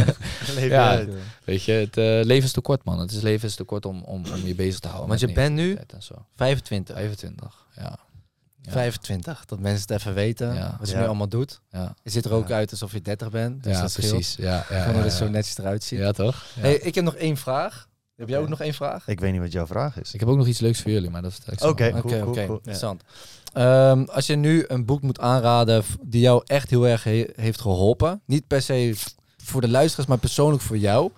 Leef Ja. je uit. Weet je, het uh, leven is te kort, man. Het is leven is te kort om, om, om je bezig te houden. Want met je bent nu negativiteit en zo. vijfentwintig. vijfentwintig, ja. Ja. vijfentwintig. Dat mensen het even weten. Ja. Wat je Ja. nu allemaal doet. Ja, Je ziet er ook Ja. uit alsof je dertig bent. Dus ja dat scheelt. precies. Ja, ja, Ik vond ja, dat het ja. zo netjes eruit ziet. Ja, toch? Ja. Hey, ik heb nog één vraag. Heb jij Oké. ook nog één vraag? Ik weet niet wat jouw vraag is. Ik heb ook nog iets leuks voor jullie, maar dat vertel ik zo. Oké. wel. Oké, cool, oké. cool, cool. Interessant. Ehm, als je nu een boek moet aanraden v- die jou echt heel erg he- heeft geholpen. Niet per se voor de luisteraars, maar persoonlijk voor jou.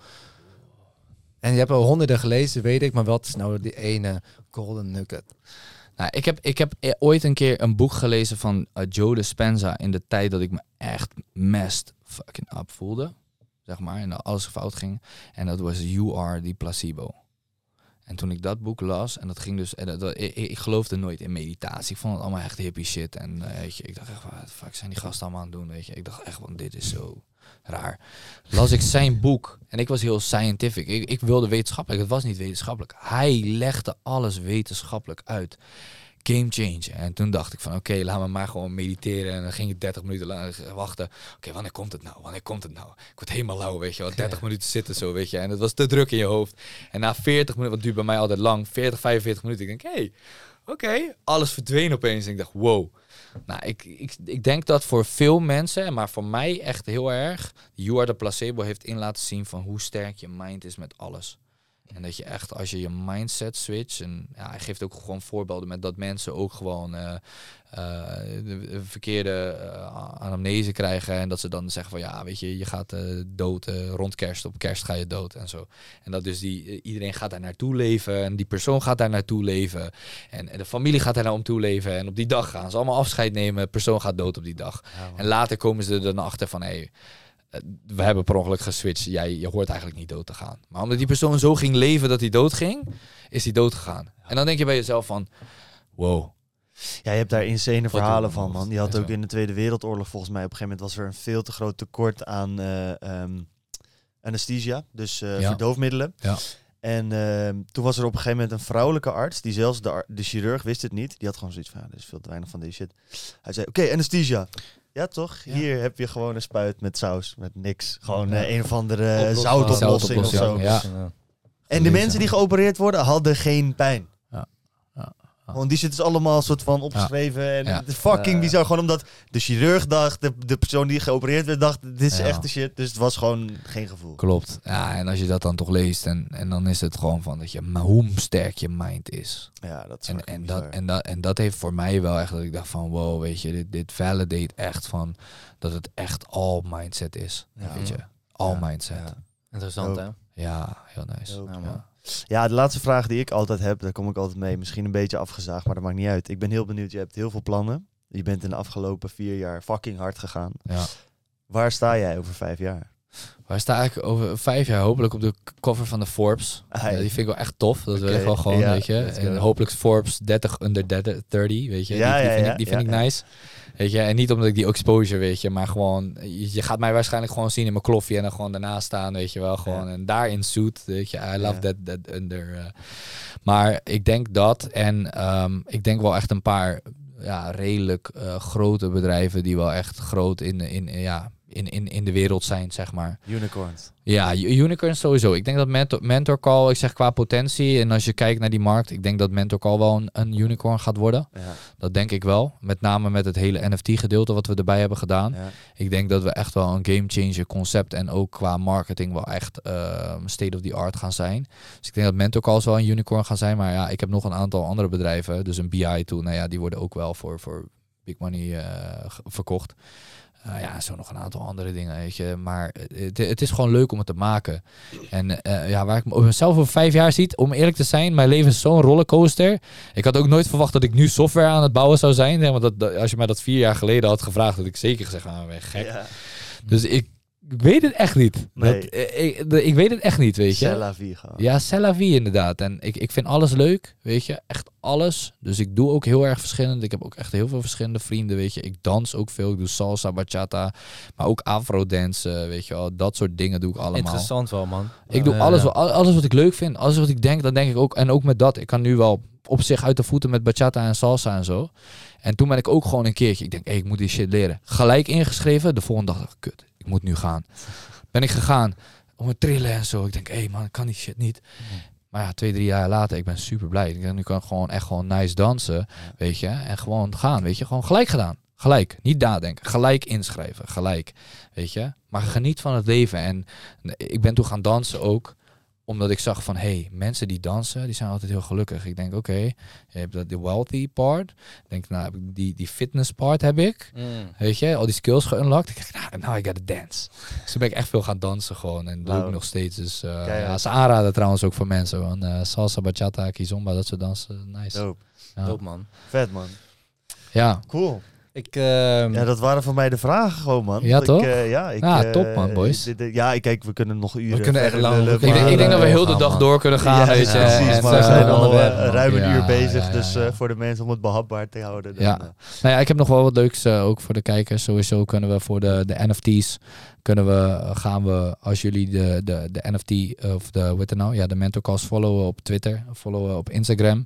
En je hebt al honderden gelezen, weet ik. Maar wat is nou die ene golden nugget? Nou, ik heb, ik heb e- ooit een keer een boek gelezen van uh, Joe Dispenza in de tijd dat ik me echt messed fucking up voelde. Zeg maar, en dat alles fout ging. En dat was You Are the Placebo. En toen ik dat boek las, en dat ging dus, en dat, dat- ik, ik geloofde nooit in meditatie. Ik vond het allemaal echt hippie shit. En uh, weet je, ik dacht echt, wat de fuck zijn die gasten allemaal aan het doen, weet je. Ik dacht echt, want dit is zo raar. Las ik zijn boek, en ik was heel scientific. Ik, ik wilde wetenschappelijk, het was niet wetenschappelijk. Hij legde alles wetenschappelijk uit. Game changer. En toen dacht ik van, oké, okay, laat me maar gewoon mediteren. En dan ging ik dertig minuten lang wachten. Oké, okay, wanneer komt het nou? Wanneer komt het nou? Ik word helemaal lauw, weet je wel. dertig minuten zitten zo, weet je. En het was te druk in je hoofd. En na veertig minuten, wat duurt bij mij altijd lang, veertig, vijfenveertig minuten. Ik denk, hé, hey, oké. Okay. Alles verdween opeens. En ik dacht, wow. Nou, ik, ik, ik denk dat voor veel mensen, maar voor mij echt heel erg, You Are the Placebo heeft in laten zien van hoe sterk je mind is met alles. En dat je echt, als je je mindset switcht, en ja, hij geeft ook gewoon voorbeelden met dat mensen ook gewoon uh, uh, de, de verkeerde uh, anamnese krijgen. En dat ze dan zeggen van, ja, weet je, je gaat uh, dood uh, rond kerst, op kerst ga je dood en zo. En dat dus die, uh, iedereen gaat daar naartoe leven en die persoon gaat daar naartoe leven. En, en de familie gaat daar naartoe leven en op die dag gaan ze allemaal afscheid nemen, persoon gaat dood op die dag. Ja, en later komen ze er dan achter van, hé, hey, we hebben per ongeluk geswitcht. Jij, je hoort eigenlijk niet dood te gaan. Maar omdat die persoon zo ging leven dat hij dood ging, is hij dood gegaan. Ja. En dan denk je bij jezelf van, wow. Ja, je hebt daar insane verhalen doen we van, nog? man. Je had Ja, ook zo. in de Tweede Wereldoorlog, volgens mij, op een gegeven moment was er een veel te groot tekort aan uh, um, anesthesia. Dus uh, Ja. verdoofmiddelen. Ja. En uh, toen was er op een gegeven moment een vrouwelijke arts, die zelfs de, ar- de chirurg wist het niet. Die had gewoon zoiets van, ja, er is veel te weinig van deze shit. Hij zei, oké, okay, anesthesia. Ja, toch? Ja. Hier heb je gewoon een spuit met saus, met niks. Gewoon Ja. uh, een of andere Oplossing. zoutoplossing of zo. Zoutoplossing, ja. En de mensen die geopereerd worden, hadden geen pijn. Ja. Ja. Gewoon die zitten dus allemaal soort van opgeschreven. En Ja. het is fucking Uh. bizar. Gewoon omdat de chirurg dacht, de, de persoon die geopereerd werd, dacht, dit is Ja. echte shit. Dus het was gewoon geen gevoel. Klopt. Ja, en als je dat dan toch leest, en, en dan is het gewoon van dat je, maar hoe sterk je mind is. Ja, dat is En, fucking en, bizar. dat, en, dat, en dat heeft voor mij wel echt dat ik dacht van, wow, weet je, dit, dit validate echt van dat het echt all mindset is. Ja. Weet je, all Ja. mindset. Ja. Interessant, Ook. hè? Ja, heel nice. Dope. Ja, man. Ja. Ja, de laatste vraag die ik altijd heb, daar kom ik altijd mee. Misschien een beetje afgezaagd, maar dat maakt niet uit. Ik ben heel benieuwd. Je hebt heel veel plannen. Je bent in de afgelopen vier jaar fucking hard gegaan. Ja. Waar sta jij over vijf jaar? Waar sta ik over vijf jaar hopelijk op de k- cover van de Forbes. Ah, Ja, die vind ik wel echt tof. Dat wil Oké, ik wel gewoon, ja, weet je. let's go. En hopelijk Forbes dertig under dertig, weet je. Ja, die, die ja, vind ja, ik, die vind ja, ik ja. nice. Weet je, en niet omdat ik die exposure, weet je, maar gewoon, je, je gaat mij waarschijnlijk gewoon zien in mijn kloffie en dan gewoon daarnaast staan, weet je wel, gewoon. Ja. En daar in suit, weet je, I love Ja. that, that under. Uh. Maar ik denk dat en um, ik denk wel echt een paar ja, redelijk uh, grote bedrijven die wel echt groot in, in, ja, in, in, in de wereld zijn, zeg maar. Unicorns. Ja, unicorns sowieso. Ik denk dat Mentor, MentorCall, ik zeg qua potentie, en als je kijkt naar die markt, ik denk dat MentorCall wel een, een unicorn gaat worden. Ja. Dat denk ik wel. Met name met het hele N F T-gedeelte wat we erbij hebben gedaan. Ja. Ik denk dat we echt wel een game-changer concept en ook qua marketing wel echt uh, state-of-the-art gaan zijn. Dus ik denk dat MentorCall wel een unicorn gaan zijn. Maar ja, ik heb nog een aantal andere bedrijven. Dus een B I-tool, nou ja, die worden ook wel voor, voor big money uh, verkocht. Uh, ja, zo nog een aantal andere dingen, weet je. Maar het, het is gewoon leuk om het te maken. En uh, ja, waar ik mezelf over vijf jaar zie, om eerlijk te zijn, mijn leven is zo'n rollercoaster. Ik had ook nooit verwacht dat ik nu software aan het bouwen zou zijn. Want dat, dat, als je mij dat vier jaar geleden had gevraagd, had ik zeker gezegd, ah, ben je gek. Ja. Dus ik weet het echt niet. Nee. Dat, ik, de, ik weet het echt niet, weet je. C'est la vie gewoon. Ja, c'est la vie inderdaad. En ik, ik vind alles leuk, weet je. Echt alles. Dus ik doe ook heel erg verschillend. Ik heb ook echt heel veel verschillende vrienden, weet je. Ik dans ook veel. Ik doe salsa, bachata. Maar ook afrodance, weet je wel. Dat soort dingen doe ik allemaal. Interessant wel, man. Ik doe uh, alles, ja. alles wat ik leuk vind. Alles wat ik denk, dan denk ik ook. En ook met dat. Ik kan nu wel op zich uit de voeten met bachata en salsa en zo. En toen ben ik ook gewoon een keertje. Ik denk, hey, ik moet die shit leren. Gelijk ingeschreven. De volgende dag dacht ik, kut. Ik moet nu gaan. Ben ik gegaan om het trillen en zo. Ik denk, hé hey man, ik kan die shit niet. Mm. Maar ja, twee, drie jaar later, ik ben super blij. Ik denk, nu kan ik gewoon echt gewoon nice dansen, ja. weet je. En gewoon gaan, weet je. Gewoon gelijk gedaan. Gelijk. Niet nadenken. Gelijk inschrijven. Gelijk. Weet je. Maar geniet van het leven. En ik ben toen gaan dansen ook. Omdat ik zag van, hey, mensen die dansen, die zijn altijd heel gelukkig. Ik denk, oké, okay, je hebt dat de wealthy part. Ik denk, nou, die, die fitness part heb ik. Mm. Weet je, al die skills geunlocked. Ik denk, nou, now I gotta dance. Dus toen ben ik echt veel gaan dansen gewoon. En dat doe ik nog steeds. Dus uh, ja, ze aanraden trouwens ook voor mensen. Want uh, salsa, bachata, kizomba, dat soort dansen. Nice. Dope. Ja. Dope, man. Vet, man. Ja. Cool. Ik, uh, ja, dat waren voor mij de vragen gewoon, man. Ja, ik, toch? Uh, ja, ik, ja, uh, top, man, boys. Uh, ja, kijk, we kunnen nog uren we kunnen echt lang. lullen, ik, denk, ik denk dat we heel de dag man. door kunnen gaan. Ja, weet je. precies, en, maar we zijn uh, al uh, ruim een ja, uur bezig. Ja, ja, dus uh, ja. voor de mensen om het behapbaar te houden. Dan, ja. Uh. Nou ja, ik heb nog wel wat leuks uh, ook voor de kijkers. Sowieso kunnen we voor de, de N F T's... kunnen we, gaan we, als jullie de, de, de N F T... of de, wat nou? Ja, de MentorCalls followen op Twitter. Followen op Instagram.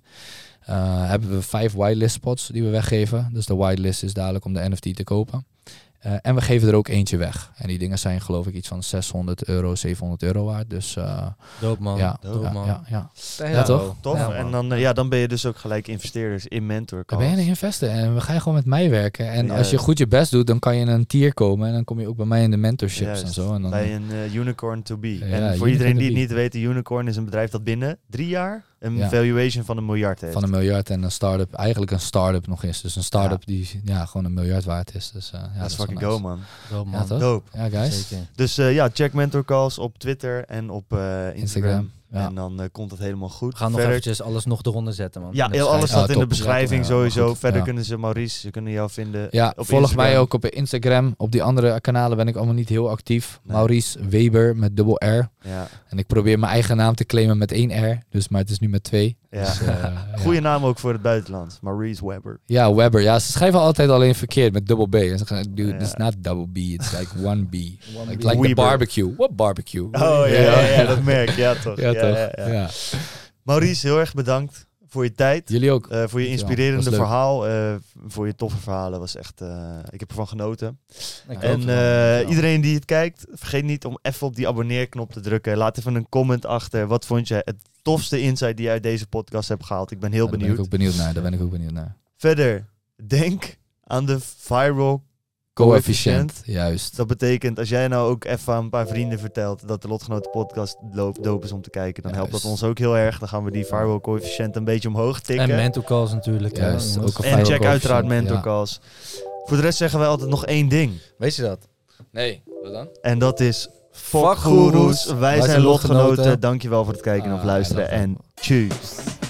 Uh, hebben we vijf whitelist spots die we weggeven. Dus de whitelist is dadelijk om de N F T te kopen. Uh, en we geven er ook eentje weg. En die dingen zijn geloof ik iets van zeshonderd euro, zevenhonderd euro waard. Dus uh, dope man. Ja, dope ja, man. Ja, ja. Ja, ja, toch? Tof. Ja, en dan, uh, ja, dan ben je dus ook gelijk investeerders in MentorCalls. Dan ben je een investor en we gaan gewoon met mij werken. En ja, als je goed je best doet, dan kan je in een tier komen. En dan kom je ook bij mij in de mentorships juist, en zo. En dan, bij een uh, unicorn to be. Ja, en voor iedereen die het niet weet, een unicorn is een bedrijf dat binnen drie jaar een ja. valuation van een miljard heeft. Van een miljard en een start-up, eigenlijk een start-up nog is. Dus een start-up ja. die ja, gewoon een miljard waard is. Dus, uh, ja, dat is fucking nice. go, man. Dope, man. Ja, toch? Dope. Ja, guys. Zeker. Dus uh, ja, check MentorCalls op Twitter en op uh, Instagram. Instagram. Ja. En dan uh, komt het helemaal goed. We gaan nog Verder... eventjes alles nog eronder zetten, man. Ja, alles staat ja, in de beschrijving ja, sowieso. goed. Verder ja. kunnen ze Maurice, ze kunnen jou vinden Ja, op volg Instagram. mij ook op Instagram. Op die andere kanalen ben ik allemaal niet heel actief. Nee. Maurice Weber met dubbel R. Ja. En ik probeer mijn eigen naam te claimen met één R. Dus, maar het is nu met twee. Ja. Dus, uh, Goeie ja. naam ook voor het buitenland. Maurice Weber. Ja, Weber. Ja, ze schrijven altijd alleen verkeerd met dubbel B. En ze zeggen, dude, ja. it's not double B. It's like one B. One like B. like the Weber. barbecue. What barbecue? Oh ja, ja, ja, ja, dat merk ik. Ja, toch. Ja, ja, toch. Ja, ja. Ja. Maurice, heel erg bedankt voor je tijd. Jullie ook. Uh, voor je inspirerende verhaal. Uh, voor je toffe verhalen. Was echt, uh, ik heb ervan genoten. Ik en uh, iedereen die het kijkt, vergeet niet om even op die abonneerknop te drukken. Laat even een comment achter. Wat vond je het tofste insight die je uit deze podcast hebt gehaald? Ik ben heel ja, daar benieuwd. Ben ik ook benieuwd naar. Daar ben ik ook benieuwd naar. Verder, denk aan de viral coëfficiënt. Juist. Dat betekent, als jij nou ook even aan een paar vrienden vertelt dat de Lotgenoten podcast dope is om te kijken, dan Juist. helpt dat ons ook heel erg. Dan gaan we die viral coëfficiënt een beetje omhoog tikken. En MentorCalls natuurlijk. Juist. Ja, ook en check uiteraard MentorCalls. Ja. Voor de rest zeggen wij altijd nog één ding. Weet je dat? Nee, wat dan? En dat is fuck goeroes. Wij, Wij zijn Lotgenoten. Lotgenoten. Dankjewel voor het kijken ah, of luisteren. En tjus.